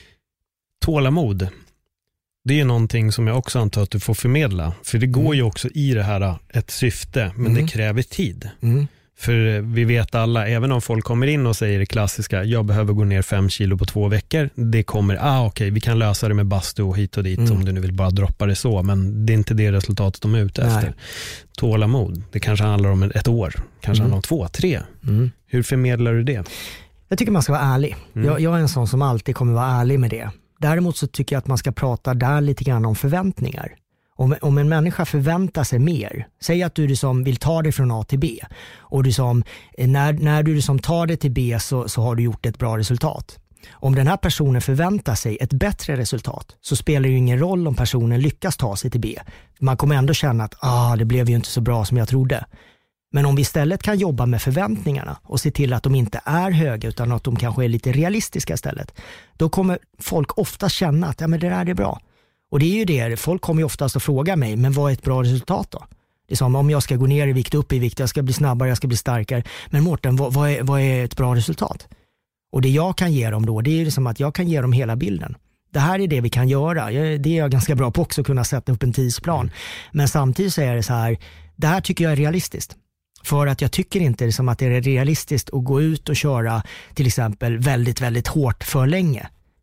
Tålamod. Det är någonting som jag också antar att du får förmedla. För det går ju också i det här ett syfte, men det kräver tid. För vi vet alla, även om folk kommer in och säger det klassiska, jag behöver gå ner 5 kilo på 2 veckor. Det kommer, okej, vi kan lösa det med bastu och hit och dit om du nu vill bara droppa det så. Men det är inte det resultatet de är ute efter. Tålamod, det kanske handlar om ett år, kanske handlar om 2, 3. Hur förmedlar du det? Jag tycker man ska vara ärlig. Jag är en sån som alltid kommer vara ärlig med det. Däremot så tycker jag att man ska prata där lite grann om förväntningar. Om en människa förväntar sig mer, säg att du som vill ta det från A till B, och du som, när du som tar det till B så har du gjort ett bra resultat. Om den här personen förväntar sig ett bättre resultat, så spelar det ju ingen roll om personen lyckas ta sig till B. Man kommer ändå känna att det blev ju inte så bra som jag trodde. Men om vi istället kan jobba med förväntningarna och se till att de inte är höga utan att de kanske är lite realistiska istället, då kommer folk ofta känna att men det där är bra. Och det är ju det, folk kommer ju oftast att fråga mig, men vad är ett bra resultat då? Det är som om jag ska gå ner i vikt, upp i vikt, jag ska bli snabbare, jag ska bli starkare. Men Mårten, vad är ett bra resultat? Och det jag kan ge dem då, det är ju liksom att jag kan ge dem hela bilden. Det här är det vi kan göra. Det är jag ganska bra på också, att kunna sätta upp en tidsplan. Men samtidigt så är det så här, det här tycker jag är realistiskt. För att jag tycker inte som att det är realistiskt att gå ut och köra till exempel väldigt, väldigt hårt för länge.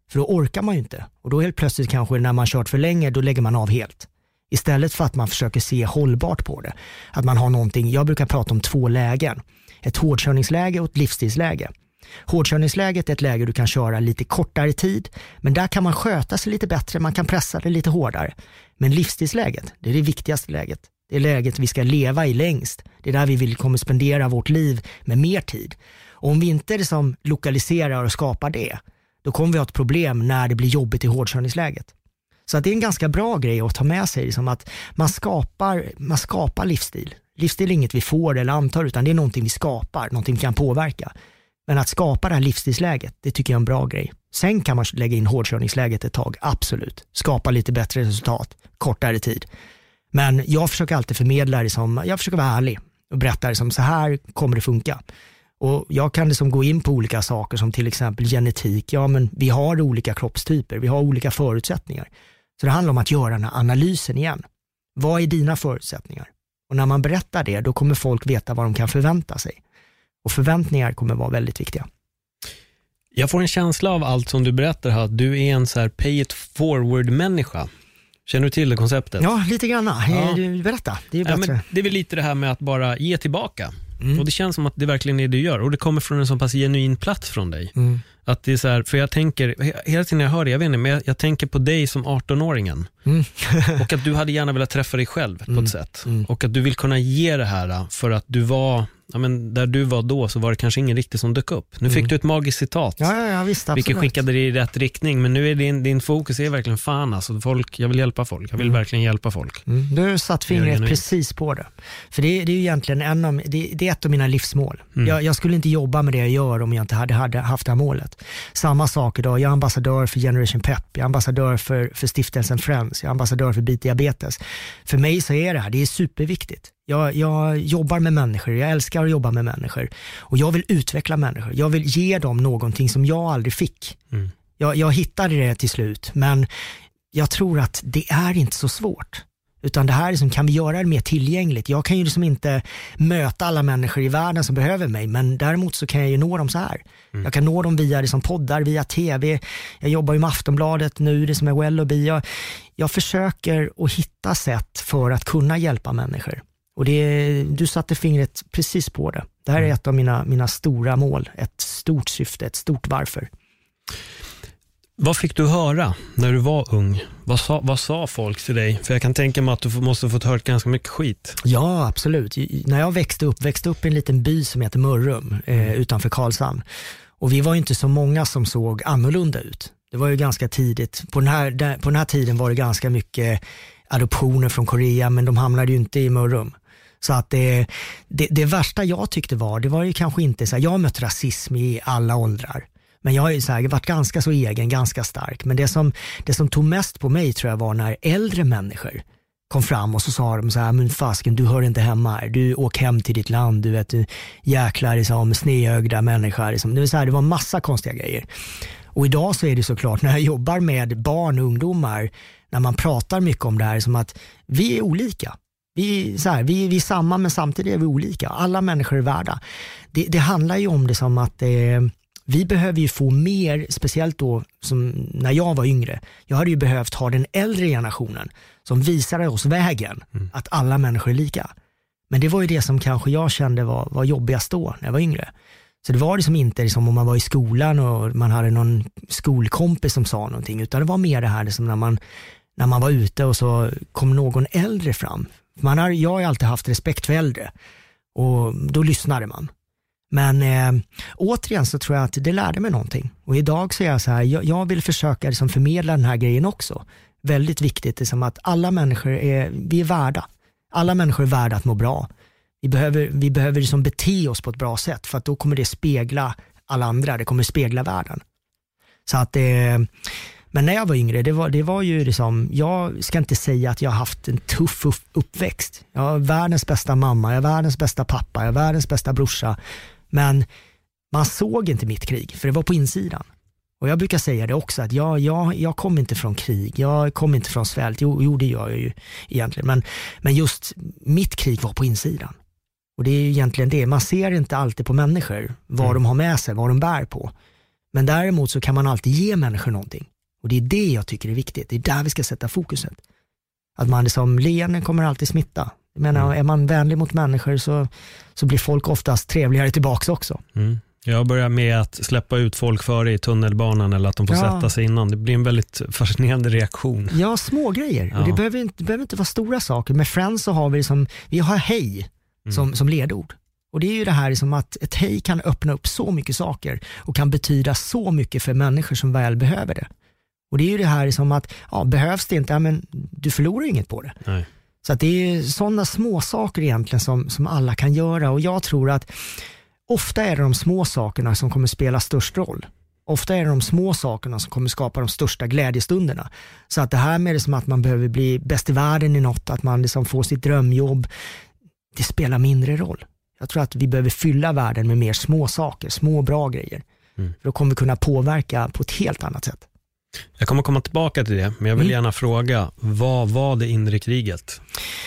För då orkar man ju inte. Och då helt plötsligt kanske när man kört för länge, då lägger man av helt. Istället för att man försöker se hållbart på det. Att man har någonting, jag brukar prata om 2 lägen. Ett hårdkörningsläge och ett livsstilsläge. Hårdkörningsläget är ett läge du kan köra lite kortare tid, men där kan man sköta sig lite bättre, man kan pressa det lite hårdare. Men livsstilsläget, det är det viktigaste läget. Det är läget vi ska leva i längst. Det är där vi kommer spendera vårt liv med mer tid. Och om vi inte liksom lokaliserar och skapar det, då kommer vi ha ett problem när det blir jobbigt i hårdkörningsläget. Så att det är en ganska bra grej att ta med sig, liksom att man skapar livsstil. Livsstil är inget vi får eller antar, utan det är någonting vi skapar, någonting vi kan påverka. Men att skapa det här livsstilsläget, det tycker jag är en bra grej. Sen kan man lägga in hårdkörningsläget ett tag, absolut. Skapa lite bättre resultat, kortare tid. Men jag försöker alltid förmedla det som, jag försöker vara ärlig och berätta det som så här kommer det funka. Och jag kan liksom gå in på olika saker som till exempel genetik. Ja, men vi har olika kroppstyper, vi har olika förutsättningar. Så det handlar om att göra den här analysen igen. Vad är dina förutsättningar? Och när man berättar det, då kommer folk veta vad de kan förvänta sig. Och förväntningar kommer vara väldigt viktiga. Jag får en känsla av allt som du berättar här, att du är en så här pay it forward-människa. Känner du till det konceptet? Ja, lite grann. Ja. Berätta, det är bättre. Men det är väl lite det här med att bara ge tillbaka. Och det känns som att det verkligen är det du gör. Och det kommer från en så pass genuin plats från dig. Att det är så här, för jag tänker, hela tiden jag hör det, jag vet inte, men jag tänker på dig som 18-åringen. Och att du hade gärna velat träffa dig själv på ett sätt. Och att du vill kunna ge det här för att du var, ja, men där du var då så var det kanske ingen riktigt som dök upp. Nu fick du ett magiskt citat. Ja, visst, vilket skickade dig i rätt riktning. Men nu är din fokus är verkligen fan alltså, jag vill hjälpa folk. Jag vill verkligen hjälpa folk. Du har satt fingret precis på det. För det är ju egentligen det är ett av mina livsmål. Jag skulle inte jobba med det jag gör om jag inte hade haft det här målet. Samma sak idag, jag är ambassadör för Generation Pep, jag är ambassadör för stiftelsen Friends, jag är ambassadör för Beat Diabetes. För mig så är det är superviktigt. Jag jobbar med människor, jag älskar att jobba med människor och jag vill utveckla människor. Jag vill ge dem någonting som jag aldrig fick. Jag hittade det till slut, men jag tror att det är inte så svårt. Utan det här liksom, kan vi göra det mer tillgängligt? Jag kan ju liksom inte möta alla människor i världen som behöver mig, men däremot så kan jag ju nå dem så här. Jag kan nå dem via liksom poddar, via tv. Jag jobbar ju med Aftonbladet nu, det som är Welloby. Jag försöker att hitta sätt för att kunna hjälpa människor. Och du satte fingret precis på det. Det här är ett av mina stora mål, ett stort syfte, ett stort varför. Vad fick du höra när du var ung? Vad sa folk till dig? För jag kan tänka mig att du måste ha fått höra ganska mycket skit. Ja, absolut. När jag växte upp i en liten by som heter Mörrum utanför Karlshamn. Och vi var ju inte så många som såg annorlunda ut. Det var ju ganska tidigt. På den här tiden var det ganska mycket adoptioner från Korea, men de hamnade ju inte i Mörrum. Så att det värsta jag tyckte det var ju kanske inte så här, jag har mött rasism i alla åldrar. Men jag har ju så här, varit ganska så egen, ganska stark. Men det som tog mest på mig tror jag var när äldre människor kom fram och så sa de så här, men fasken, du hör inte hemma här. Du åker hem till ditt land, du vet, du jäklar liksom, sneögda människor. Liksom. Det var massa konstiga grejer. Och idag så är det såklart, när jag jobbar med barn och ungdomar, när man pratar mycket om det här, som att vi är olika. Vi är samma, men samtidigt är vi olika. Alla människor är värda. Det handlar ju om det som att vi behöver ju få mer, speciellt då som när jag var yngre. Jag hade ju behövt ha den äldre generationen som visade oss vägen, att alla människor är lika. Men det var ju det som kanske jag kände var jobbigast då när jag var yngre. Så det var liksom inte liksom om man var i skolan och man hade någon skolkompis som sa någonting, utan det var mer det här liksom när man var ute och så kom någon äldre fram. Jag har ju alltid haft respekt för äldre och då lyssnade man. Men återigen så tror jag att det lärde mig någonting. Och idag så är jag så här, jag vill försöka liksom förmedla den här grejen också. Väldigt viktigt liksom att alla människor vi är värda. Alla människor är värda att må bra. Vi behöver liksom bete oss på ett bra sätt, för att då kommer det spegla alla andra, det kommer spegla världen. Så att men när jag var yngre, det var ju liksom, jag ska inte säga att jag har haft en tuff uppväxt. Jag har världens bästa mamma, jag har världens bästa pappa, jag har världens bästa brorsa. Men man såg inte mitt krig, för det var på insidan. Och jag brukar säga det också, att jag kom inte från krig, jag kom inte från svält. Jo, det gör jag ju egentligen. Men just mitt krig var på insidan. Och det är ju egentligen det. Man ser inte alltid på människor vad de har med sig, vad de bär på. Men däremot så kan man alltid ge människor någonting. Och det är det jag tycker är viktigt. Det är där vi ska sätta fokuset. Att man liksom, leenden kommer alltid smitta. Jag menar, är man vänlig mot människor så blir folk oftast trevligare tillbaks också. Mm. Jag börjar med att släppa ut folk före i tunnelbanan eller att de får sätta sig innan. Det blir en väldigt fascinerande reaktion. Ja, små grejer. Och det behöver inte vara stora saker. Med Friends så har vi har hej som ledord. Och det är ju det här liksom att ett hej kan öppna upp så mycket saker och kan betyda så mycket för människor som väl behöver det. Och det är ju det här liksom att behövs det inte, men du förlorar inget på det. Nej. Så att det är sådana små saker egentligen som alla kan göra. Och jag tror att ofta är det de små sakerna som kommer spela störst roll. Ofta är det de små sakerna som kommer skapa de största glädjestunderna. Så att det här med det som att man behöver bli bäst i världen i något, att man liksom får sitt drömjobb, det spelar mindre roll. Jag tror att vi behöver fylla världen med mer små saker, små bra grejer. För då kommer vi kunna påverka på ett helt annat sätt. Jag kommer komma tillbaka till det, men jag vill gärna fråga, vad var det inre kriget?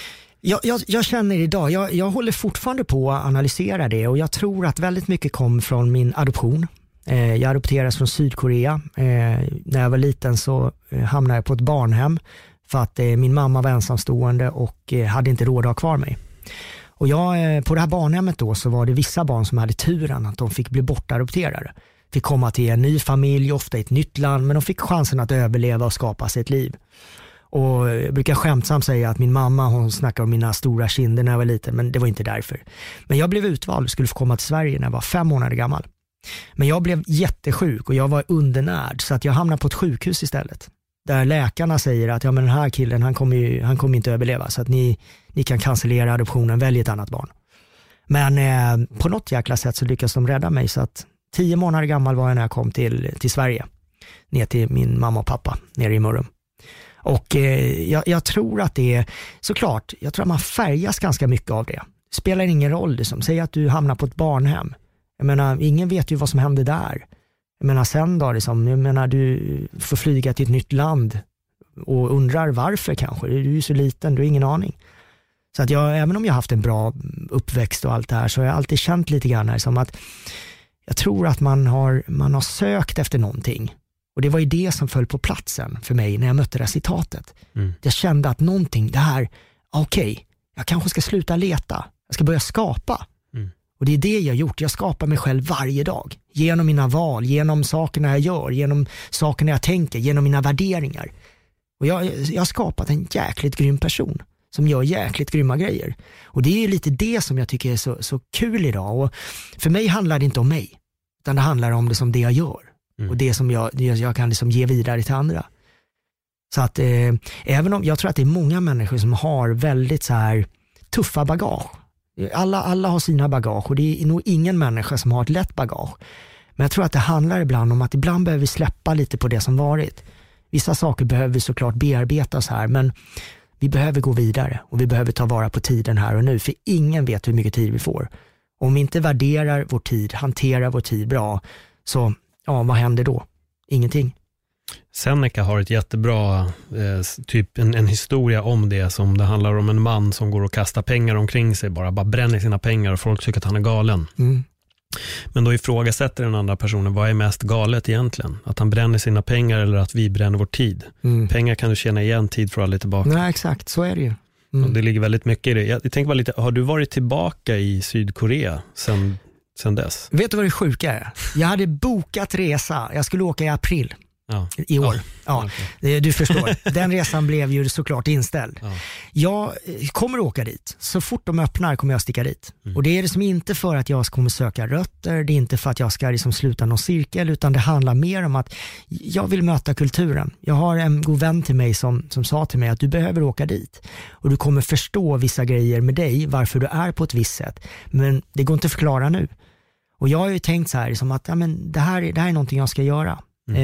Jag känner idag, jag håller fortfarande på att analysera det, och jag tror att väldigt mycket kom från min adoption. Jag adopterades från Sydkorea. När jag var liten så hamnade jag på ett barnhem för att min mamma var ensamstående och hade inte råd att ha kvar mig. Och på det här barnhemmet då så var det vissa barn som hade turen att de fick bli bortadopterade. Fick komma till en ny familj, ofta i ett nytt land, men de fick chansen att överleva och skapa sig ett liv. Och jag brukar skämtsamt säga att min mamma, hon snackade om mina stora kinder när jag var liten, men det var inte därför. Men jag blev utvald och skulle få komma till Sverige när jag var 5 månader gammal. Men jag blev jättesjuk och jag var undernärd, så att jag hamnade på ett sjukhus istället. Där läkarna säger att men den här killen, han kommer inte överleva, så att ni kan cancellera adoptionen, välj ett annat barn. Men på något jäkla sätt så lyckas de rädda mig, så att 10 månader gammal var jag när jag kom till Sverige. Ner till min mamma och pappa, nere i Mörrum. Och jag tror att det är, såklart, jag tror att man färgas ganska mycket av det. Det spelar ingen roll, liksom. Säg att du hamnar på ett barnhem. Jag menar, ingen vet ju vad som hände där. Jag menar, sen då, liksom, jag menar, du får flyga till ett nytt land och undrar varför kanske. Du är ju så liten, du har ingen aning. Så att även om jag haft en bra uppväxt och allt det här, så har jag alltid känt lite grann som att jag tror att man har sökt efter någonting. Och det var ju det som föll på platsen för mig när jag mötte det här citatet. Jag kände att någonting, det här, okej, jag kanske ska sluta leta. Jag ska börja skapa. Och det är det jag har gjort. Jag skapar mig själv varje dag. Genom mina val, genom sakerna jag gör, genom sakerna jag tänker, genom mina värderingar. Och jag har skapat en jäkligt grym person som gör jäkligt grymma grejer. Och det är lite det som jag tycker är så kul idag. Och för mig handlar det inte om mig, utan det handlar om det som det jag gör. Och det som jag kan liksom ge vidare till andra. Så att även om jag tror att det är många människor som har väldigt så här tuffa bagage. Alla har sina bagage, och det är nog ingen människa som har ett lätt bagage. Men jag tror att det handlar ibland om att ibland behöver vi släppa lite på det som varit. Vissa saker behöver vi såklart bearbetas här, men vi behöver gå vidare och vi behöver ta vara på tiden här och nu, för ingen vet hur mycket tid vi får. Om vi inte värderar vår tid, hanterar vår tid bra, så vad händer då? Ingenting. Seneca har ett jättebra typ en historia om det, som det handlar om en man som går och kastar pengar omkring sig, bara bränner sina pengar, och folk tycker att han är galen. Men då ifrågasätter den andra personen, vad är mest galet egentligen? Att han bränner sina pengar eller att vi bränner vår tid? Pengar kan du tjäna igen, tid får aldrig tillbaka. Nej, exakt, så är det ju. Och det ligger väldigt mycket i det. Jag tänker bara lite, har du varit tillbaka i Sydkorea sen dess? Vet du vad det sjuka är? Jag hade bokat resa, jag skulle åka i april. I år. Okay. Du förstår. Den resan blev ju såklart inställd. Jag kommer åka dit. Så fort de öppnar kommer jag sticka dit. Och det är liksom inte för att jag kommer söka rötter. Det är inte för att jag ska liksom sluta någon cirkel. Utan det handlar mer om att jag vill möta kulturen. Jag har en god vän till mig som sa till mig att du behöver åka dit. Och du kommer förstå vissa grejer med dig. Varför du är på ett visst sätt. Men det går inte att förklara nu. Och jag har ju tänkt så här som att det här är någonting jag ska göra.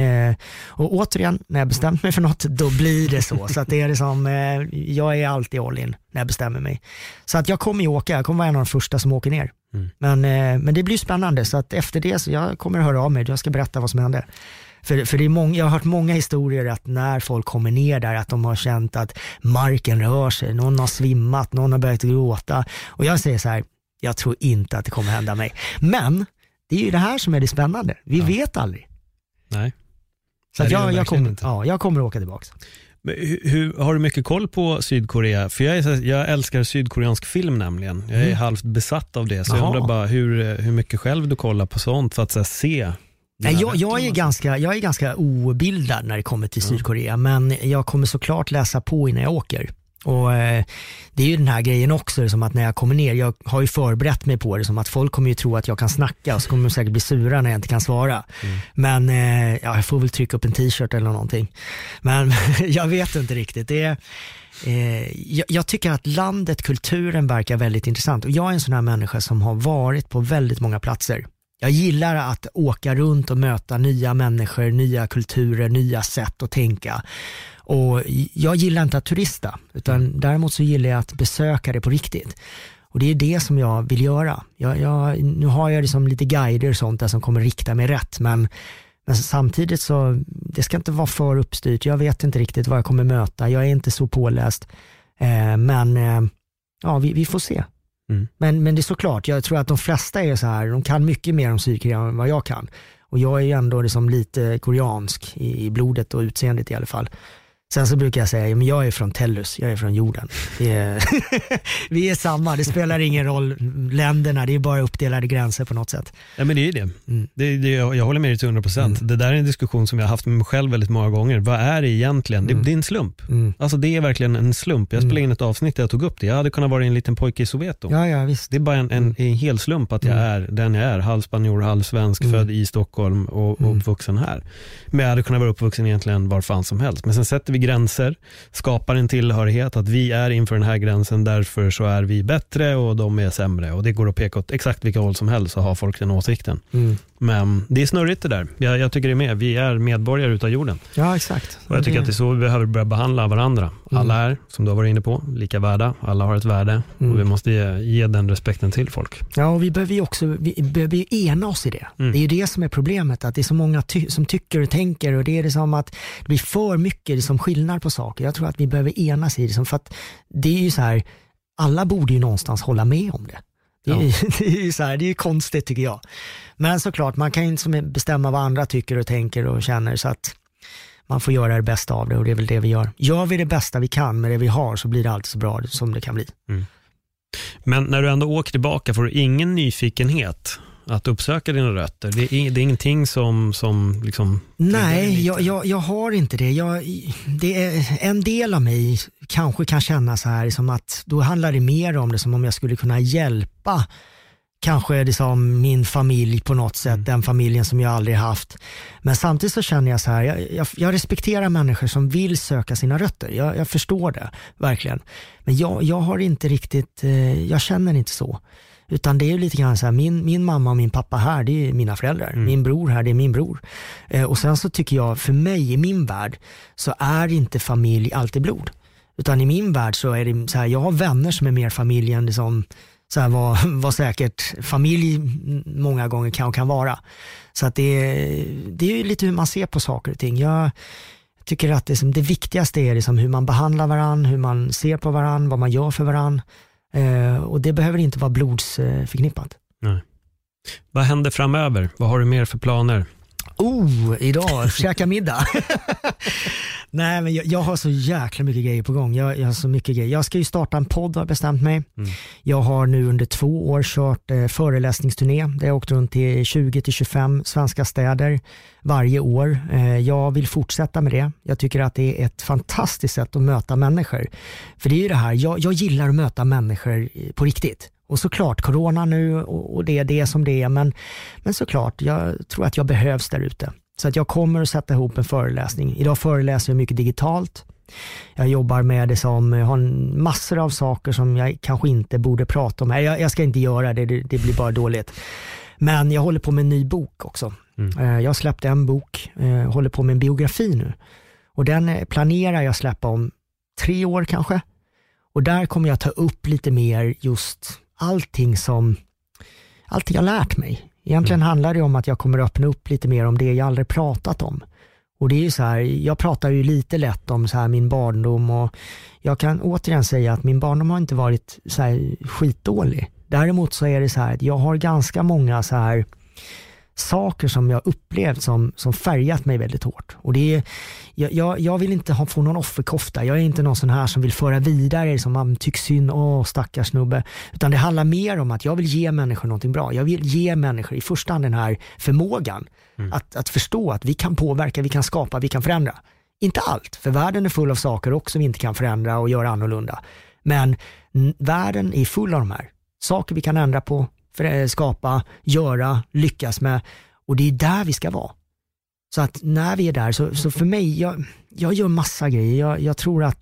Och återigen, när jag bestämt mig för något, då blir det så. Så att det är liksom, jag är alltid all in när jag bestämmer mig. Så att jag kommer ju åka, jag kommer vara en av de första som åker ner. Men det blir spännande, så att efter det så jag kommer höra av mig, jag ska berätta vad som händer. För det är jag har hört många historier att när folk kommer ner där, att de har känt att marken rör sig, någon har svimmat, någon har börjat gråta. Och jag säger så här, jag tror inte att det kommer hända mig. Men det är ju det här som är det spännande. Vi vet aldrig. Nej. Så att jag kommer att åka tillbaka. Men har du mycket koll på Sydkorea? För jag älskar sydkoreansk film nämligen. Jag är halvt besatt av det. Så jag undrar bara hur mycket själv du kollar på sånt för att se. Jag är ganska obildad när det kommer till Sydkorea. Men jag kommer såklart läsa på innan jag åker. Och det är ju den här grejen också, som att när jag kommer ner, jag har ju förberett mig på det, som att folk kommer ju tro att jag kan snacka och så kommer de säkert bli sura när jag inte kan svara. Men jag får väl trycka upp en t-shirt eller någonting. Men jag vet inte riktigt. Jag tycker att landet, kulturen verkar väldigt intressant. Och jag är en sån här människa som har varit på väldigt många platser. Jag gillar att åka runt och möta nya människor, nya kulturer, nya sätt att tänka. Och jag gillar inte att turista, utan däremot så gillar jag att besöka det på riktigt. Och det är det som jag vill göra. Nu har jag liksom lite guider och sånt där som kommer rikta mig rätt, men samtidigt så det ska inte vara för uppstyrt. Jag vet inte riktigt vad jag kommer möta. Jag är inte så påläst. Men vi får se. Men det är såklart, jag tror att de flesta är så här, de kan mycket mer om Sydkorea än vad jag kan. Och jag är ju ändå liksom lite koreansk i blodet och utseendet i alla fall. Sen så brukar jag säga, men jag är från Tellus, jag är från jorden. Vi är samma, det spelar ingen roll länderna, det är bara uppdelade gränser på något sätt. Ja, men det är det. Jag håller med dig till 100%. Det där är en diskussion som jag har haft med mig själv väldigt många gånger. Vad är det egentligen? Det är en slump. Alltså det är verkligen en slump. Jag spelade in ett avsnitt där jag tog upp det. Jag hade kunnat vara en liten pojke i Soweto. Ja, visst. Det är bara en hel slump att jag är den jag är. Halv spanjor, halv svensk, född i Stockholm och uppvuxen här. Men jag hade kunnat vara uppvuxen egentligen var fan som helst. Men sen sätter vi gränser, skapar en tillhörighet att vi är inför den här gränsen, därför så är vi bättre och de är sämre, och det går att peka åt exakt vilka håll som helst så har folk den åsikten. Men det är snurrigt det där. Jag tycker det är med. Vi är medborgare utav jorden. Ja, exakt. Och jag tycker att det är så vi behöver börja behandla varandra. Alla är, som du har varit inne på, lika värda. Alla har ett värde och vi måste ge den respekten till folk. Ja, och vi behöver ju också ena oss i det. Det är ju det som är problemet, att det är så många som tycker och tänker, och det är det som att det blir för mycket det som skillnad på saker. Jag tror att vi behöver enas i det, för att det är ju så här, alla borde ju någonstans hålla med om det. Det är ju så här, det är ju konstigt tycker jag. Men såklart, man kan ju inte bestämma vad andra tycker och tänker och känner, så att man får göra det bästa av det, och det är väl det vi gör. Gör vi det bästa vi kan med det vi har, så blir det alltid så bra som det kan bli. Men när du ändå åker tillbaka, får du ingen nyfikenhet att uppsöka dina rötter? Det är ingenting som liksom... Nej, jag har inte det. Det är en del av mig kanske kan känna så här, som att då handlar det mer om det som om jag skulle kunna hjälpa kanske det som min familj på något sätt, den familjen som jag aldrig haft. Men samtidigt så känner jag så här, jag respekterar människor som vill söka sina rötter. Jag förstår det, verkligen. Men jag har inte riktigt, jag känner inte så. Utan det är ju lite grann så här, min mamma och min pappa här, det är mina föräldrar. Min bror här, det är min bror. Och sen så tycker jag, för mig i min värld, så är inte familj alltid blod. Utan i min värld så är det så här, jag har vänner som är mer familj än det som så här var säkert familj många gånger kan vara. Så att det är ju lite hur man ser på saker och ting. Jag tycker att det viktigaste är liksom hur man behandlar varann, hur man ser på varann, vad man gör för varann. Och det behöver inte vara blodsförknippat. Nej. Vad händer framöver? Vad har du mer för planer? Idag, käka middag. Nej, men jag har så jäkla mycket grejer på gång. Jag har så mycket grejer. Jag ska ju starta en podd, har bestämt mig. Jag har nu under 2 år kört föreläsningsturné. Där jag åkt runt till 20-25 svenska städer varje år. Jag vill fortsätta med det. Jag tycker att det är ett fantastiskt sätt att möta människor. För det är ju det här, jag gillar att möta människor på riktigt. Och såklart, corona nu och det är som det är. Men såklart, jag tror att jag behövs där ute. Så att jag kommer att sätta ihop en föreläsning. Idag föreläser jag mycket digitalt. Jag jobbar med det som, jag har massor av saker som jag kanske inte borde prata om här. Jag ska inte göra det, det blir bara dåligt. Men jag håller på med en ny bok också. Jag släppte en bok, håller på med en biografi nu. Och den planerar jag släppa om 3 år kanske. Och där kommer jag ta upp lite mer just allting jag lärt mig. Egentligen handlar det om att jag kommer öppna upp lite mer om det jag aldrig pratat om. Och det är ju så här, jag pratar ju lite lätt om så här min barndom, och jag kan återigen säga att min barndom har inte varit så här skitdålig. Däremot så är det så här att jag har ganska många så här saker som jag upplevt som färgat mig väldigt hårt. Och det är, jag vill inte få någon offerkofta. Jag är inte någon sån här som vill föra vidare som man tycks synd, stackars snubbe. Utan det handlar mer om att jag vill ge människor någonting bra. Jag vill ge människor i första hand den här förmågan att förstå att vi kan påverka, vi kan skapa, vi kan förändra. Inte allt, för världen är full av saker också vi inte kan förändra och göra annorlunda. Men världen är full av de här saker vi kan ändra på, skapa, göra, lyckas med. Och det är där vi ska vara. Så att när vi är där, så för mig, jag gör massa grejer. Jag tror att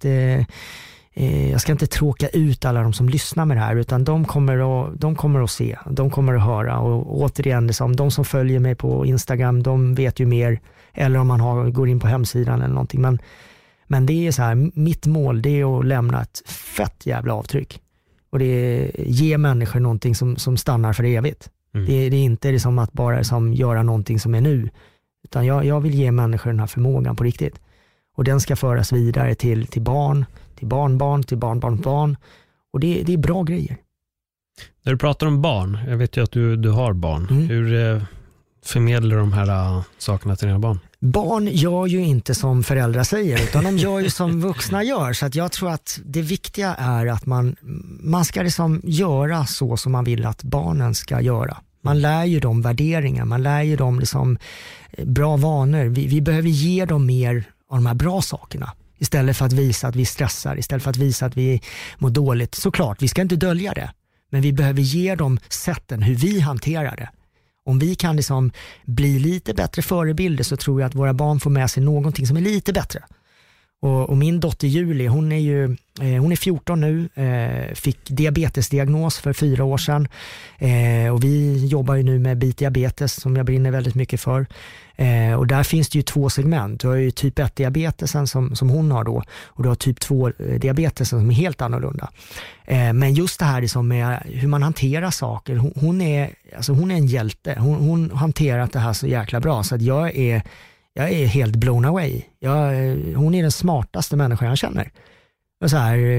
jag ska inte tråka ut alla de som lyssnar med det här, utan de kommer att se, de kommer att höra. Och återigen, de som följer mig på Instagram, de vet ju mer. Eller om man går in på hemsidan eller någonting. Men det är så här, mitt mål, det är att lämna ett fett jävla avtryck. Och det är ge människor någonting som stannar för evigt. Det är inte det som att bara göra någonting som är nu. Utan jag vill ge människor den här förmågan på riktigt. Och den ska föras vidare till barn, till barnbarn, till barnbarnsbarn. Och det är bra grejer. När du pratar om barn, jag vet ju att du har barn. Hur förmedlar de här sakerna till dina barn? Barn gör ju inte som föräldrar säger, utan de gör ju som vuxna gör. Så att jag tror att det viktiga är att man ska göra så som man vill att barnen ska göra. Man lär ju dem värderingar, man lär ju dem bra vanor. Vi behöver ge dem mer av de här bra sakerna. Istället för att visa att vi stressar, istället för att visa att vi mår dåligt. Såklart, vi ska inte dölja det. Men vi behöver ge dem sätten hur vi hanterar det. Om vi kan bli lite bättre förebilder, så tror jag att våra barn får med sig någonting som är lite bättre. Och min dotter Julie, hon är 14 nu, fick diabetesdiagnos för 4 år sedan. Och vi jobbar ju nu med bit-diabetes som jag brinner väldigt mycket för. Och där finns det ju 2 segment. Du har ju typ 1-diabetesen som hon har då, och du har typ 2-diabetesen som är helt annorlunda. Men just det här med hur man hanterar saker, hon är en hjälte. Hon hanterat det här så jäkla bra, så att jag är helt blown away. Hon är den smartaste människan jag känner. Och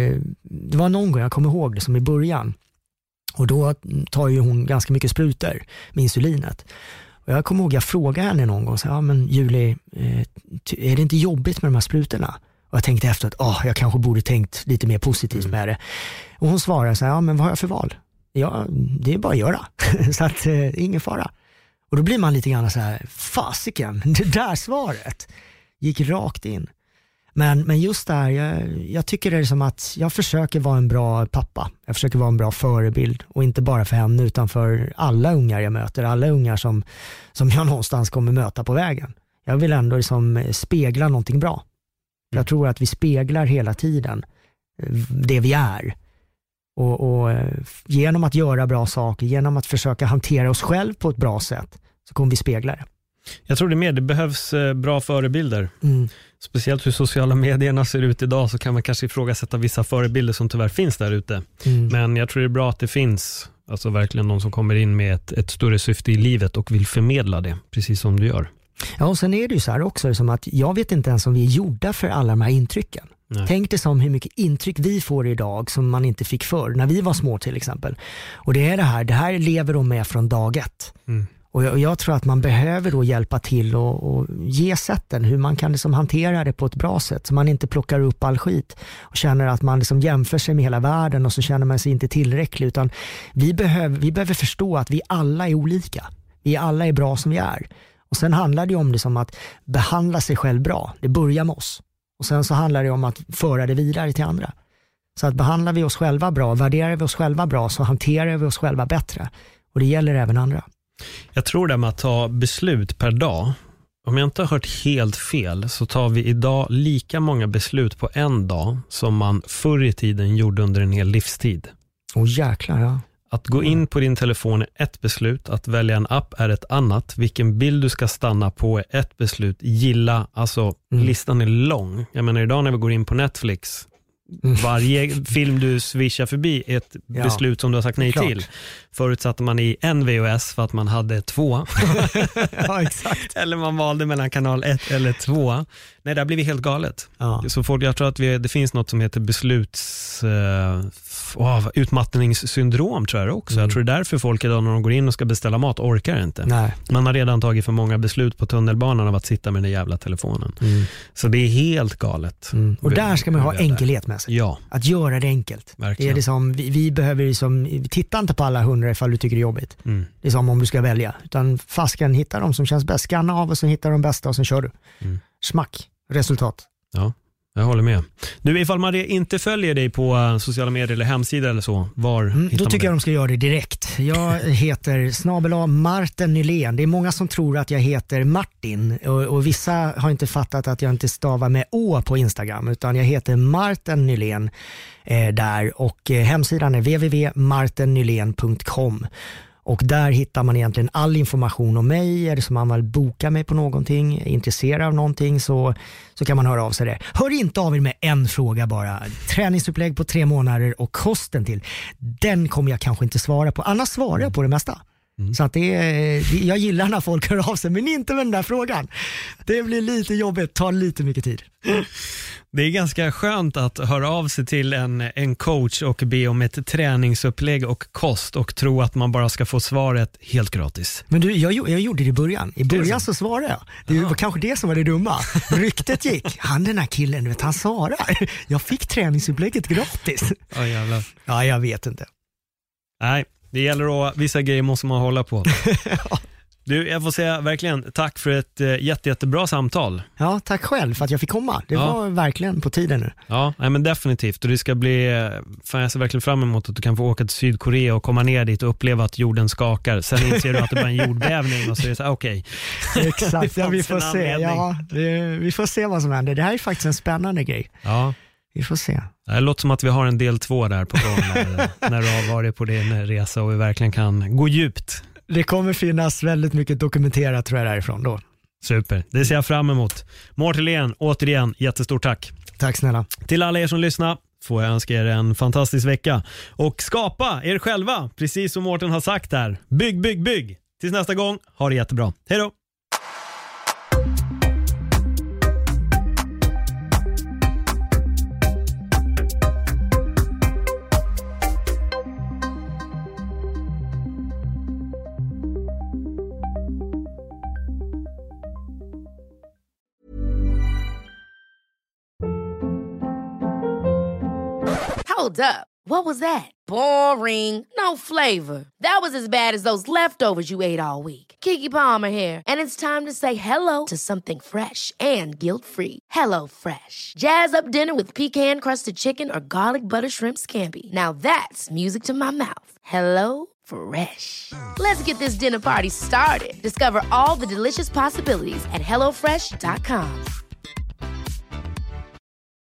det var någon gång jag kommer ihåg det som i början. Och då tar ju hon ganska mycket sprutor med insulinet. Och jag kommer ihåg, jag frågade henne någon gång, men Julie, är det inte jobbigt med de här sprutorna? Och jag tänkte efter att jag kanske borde tänkt lite mer positivt med det. Och hon svarade men vad har jag för val? Ja, det är bara att göra. Så att ingen fara. Och då blir man lite grann fasiken, det där svaret gick rakt in. Men just där, jag tycker det är som att jag försöker vara en bra pappa. Jag försöker vara en bra förebild. Och inte bara för henne, utan för alla ungar jag möter. Alla ungar som jag någonstans kommer möta på vägen. Jag vill ändå spegla någonting bra. Jag tror att vi speglar hela tiden det vi är. Och genom att göra bra saker, genom att försöka hantera oss själv på ett bra sätt, så kommer vi spegla det. Jag tror det behövs bra förebilder. Speciellt hur sociala medierna ser ut idag, så kan man kanske ifrågasätta vissa förebilder som tyvärr finns där ute. Men jag tror det är bra att det finns verkligen någon som kommer in med ett större syfte i livet och vill förmedla det, precis som du gör. Ja, och sen är det ju så här också, som att jag vet inte ens om vi är gjorda för alla de här intrycken. Nej. Tänk dig som hur mycket intryck vi får idag som man inte fick förr, när vi var små till exempel. Och det här lever de med från dag 1. Och jag tror att man behöver då hjälpa till och ge sätten hur man kan hantera det på ett bra sätt, så man inte plockar upp all skit och känner att man jämför sig med hela världen, och så känner man sig inte tillräcklig, utan vi behöver förstå att vi alla är olika. Vi alla är bra som vi är. Och sen handlar det om att behandla sig själv bra. Det börjar med oss. Och sen så handlar det om att föra det vidare till andra. Så att behandlar vi oss själva bra, värderar vi oss själva bra, så hanterar vi oss själva bättre. Och det gäller även andra. Jag tror det med att ta beslut per dag. Om jag inte har hört helt fel, så tar vi idag lika många beslut på en dag som man förr i tiden gjorde under en hel livstid. Jäklar, ja. Att gå in på din telefon är ett beslut, att välja en app är ett annat. Vilken bild du ska stanna på är ett beslut. Gilla, listan är lång. Jag menar, idag när vi går in på Netflix, Varje film du swishar förbi är ett beslut som du har sagt nej till. Förutsatte man i en VHS för att man hade 2. Ja, exakt. Eller man valde mellan kanal 1 eller 2. Nej, det har blivit helt galet. Ja. Så folk, jag tror att det finns något som heter utmattningssyndrom, tror jag också. Jag tror det är därför folk idag när de går in och ska beställa mat orkar inte. Nej. Man har redan tagit för många beslut på tunnelbanan av att sitta med den jävla telefonen. Så det är helt galet. Och där ska man ha enkelhet med sig. Ja. Att göra det enkelt. Verkligen. Det är liksom, vi behöver liksom, titta inte på alla 100 ifall du tycker det är jobbigt. Det är som om du ska välja. Utan fasken, hitta de som känns bäst. Scanna av och så hittar de bästa och sen kör du. Smack, resultat. Ja, jag håller med. Du, ifall man inte följer dig på sociala medier eller hemsida eller så, var då tycker jag de ska göra det direkt. Jag heter @Martin Nylén. Det är många som tror att jag heter Martin och vissa har inte fattat att jag inte stavar med Å på Instagram, utan jag heter Martin Nylén där, och hemsidan är www.martinnylén.com. Och där hittar man egentligen all information om mig. Är det som man vill boka mig på någonting, är intresserad av någonting, så kan man höra av sig det. Hör inte av er med en fråga bara. Träningsupplägg på 3 månader och kosten till. Den kommer jag kanske inte svara på. Annars svarar jag på det mesta. Så att jag gillar när folk hör av sig, men inte med den där frågan. Det blir lite jobbigt, tar lite mycket tid. Det är ganska skönt att höra av sig till en coach och be om ett träningsupplägg och kost och tro att man bara ska få svaret helt gratis. Men du, jag gjorde det i början. I början så svarade jag. Det var kanske det som var det dumma. Ryktet gick. Den här killen, du vet, han svarar. Jag fick träningsupplägget gratis. Ja, jävlar. Ja, jag vet inte. Nej, det gäller att vissa grejer måste man hålla på. Du, jag får säga verkligen tack för ett jättebra samtal. Ja, tack själv för att jag fick komma. Det var verkligen på tiden nu. Ja, men definitivt. Och det ska bli, jag ser verkligen fram emot att du kan få åka till Sydkorea och komma ner dit och uppleva att jorden skakar. Sen inser du att det bara är en jordbävning och så är det så här, okej. Exakt, vi får se. Ja, vi får se vad som händer. Det här är faktiskt en spännande grej. Ja. Vi får se. Det låter som att vi har en del 2 där på gång när du har varit på din resa och vi verkligen kan gå djupt. Det kommer finnas väldigt mycket dokumenterat, tror jag, därifrån då. Super, det ser jag fram emot. Mårten Nylén, återigen, jättestort tack. Tack snälla. Till alla er som lyssnar får jag önska er en fantastisk vecka. Och skapa er själva, precis som Mårten har sagt här. Bygg, bygg, bygg. Tills nästa gång, ha det jättebra. Hej då! Hold up. What was that? Boring. No flavor. That was as bad as those leftovers you ate all week. Keke Palmer here, and it's time to say hello to something fresh and guilt-free. Hello Fresh. Jazz up dinner with pecan-crusted chicken or garlic butter shrimp scampi. Now that's music to my mouth. Hello Fresh. Let's get this dinner party started. Discover all the delicious possibilities at HelloFresh.com.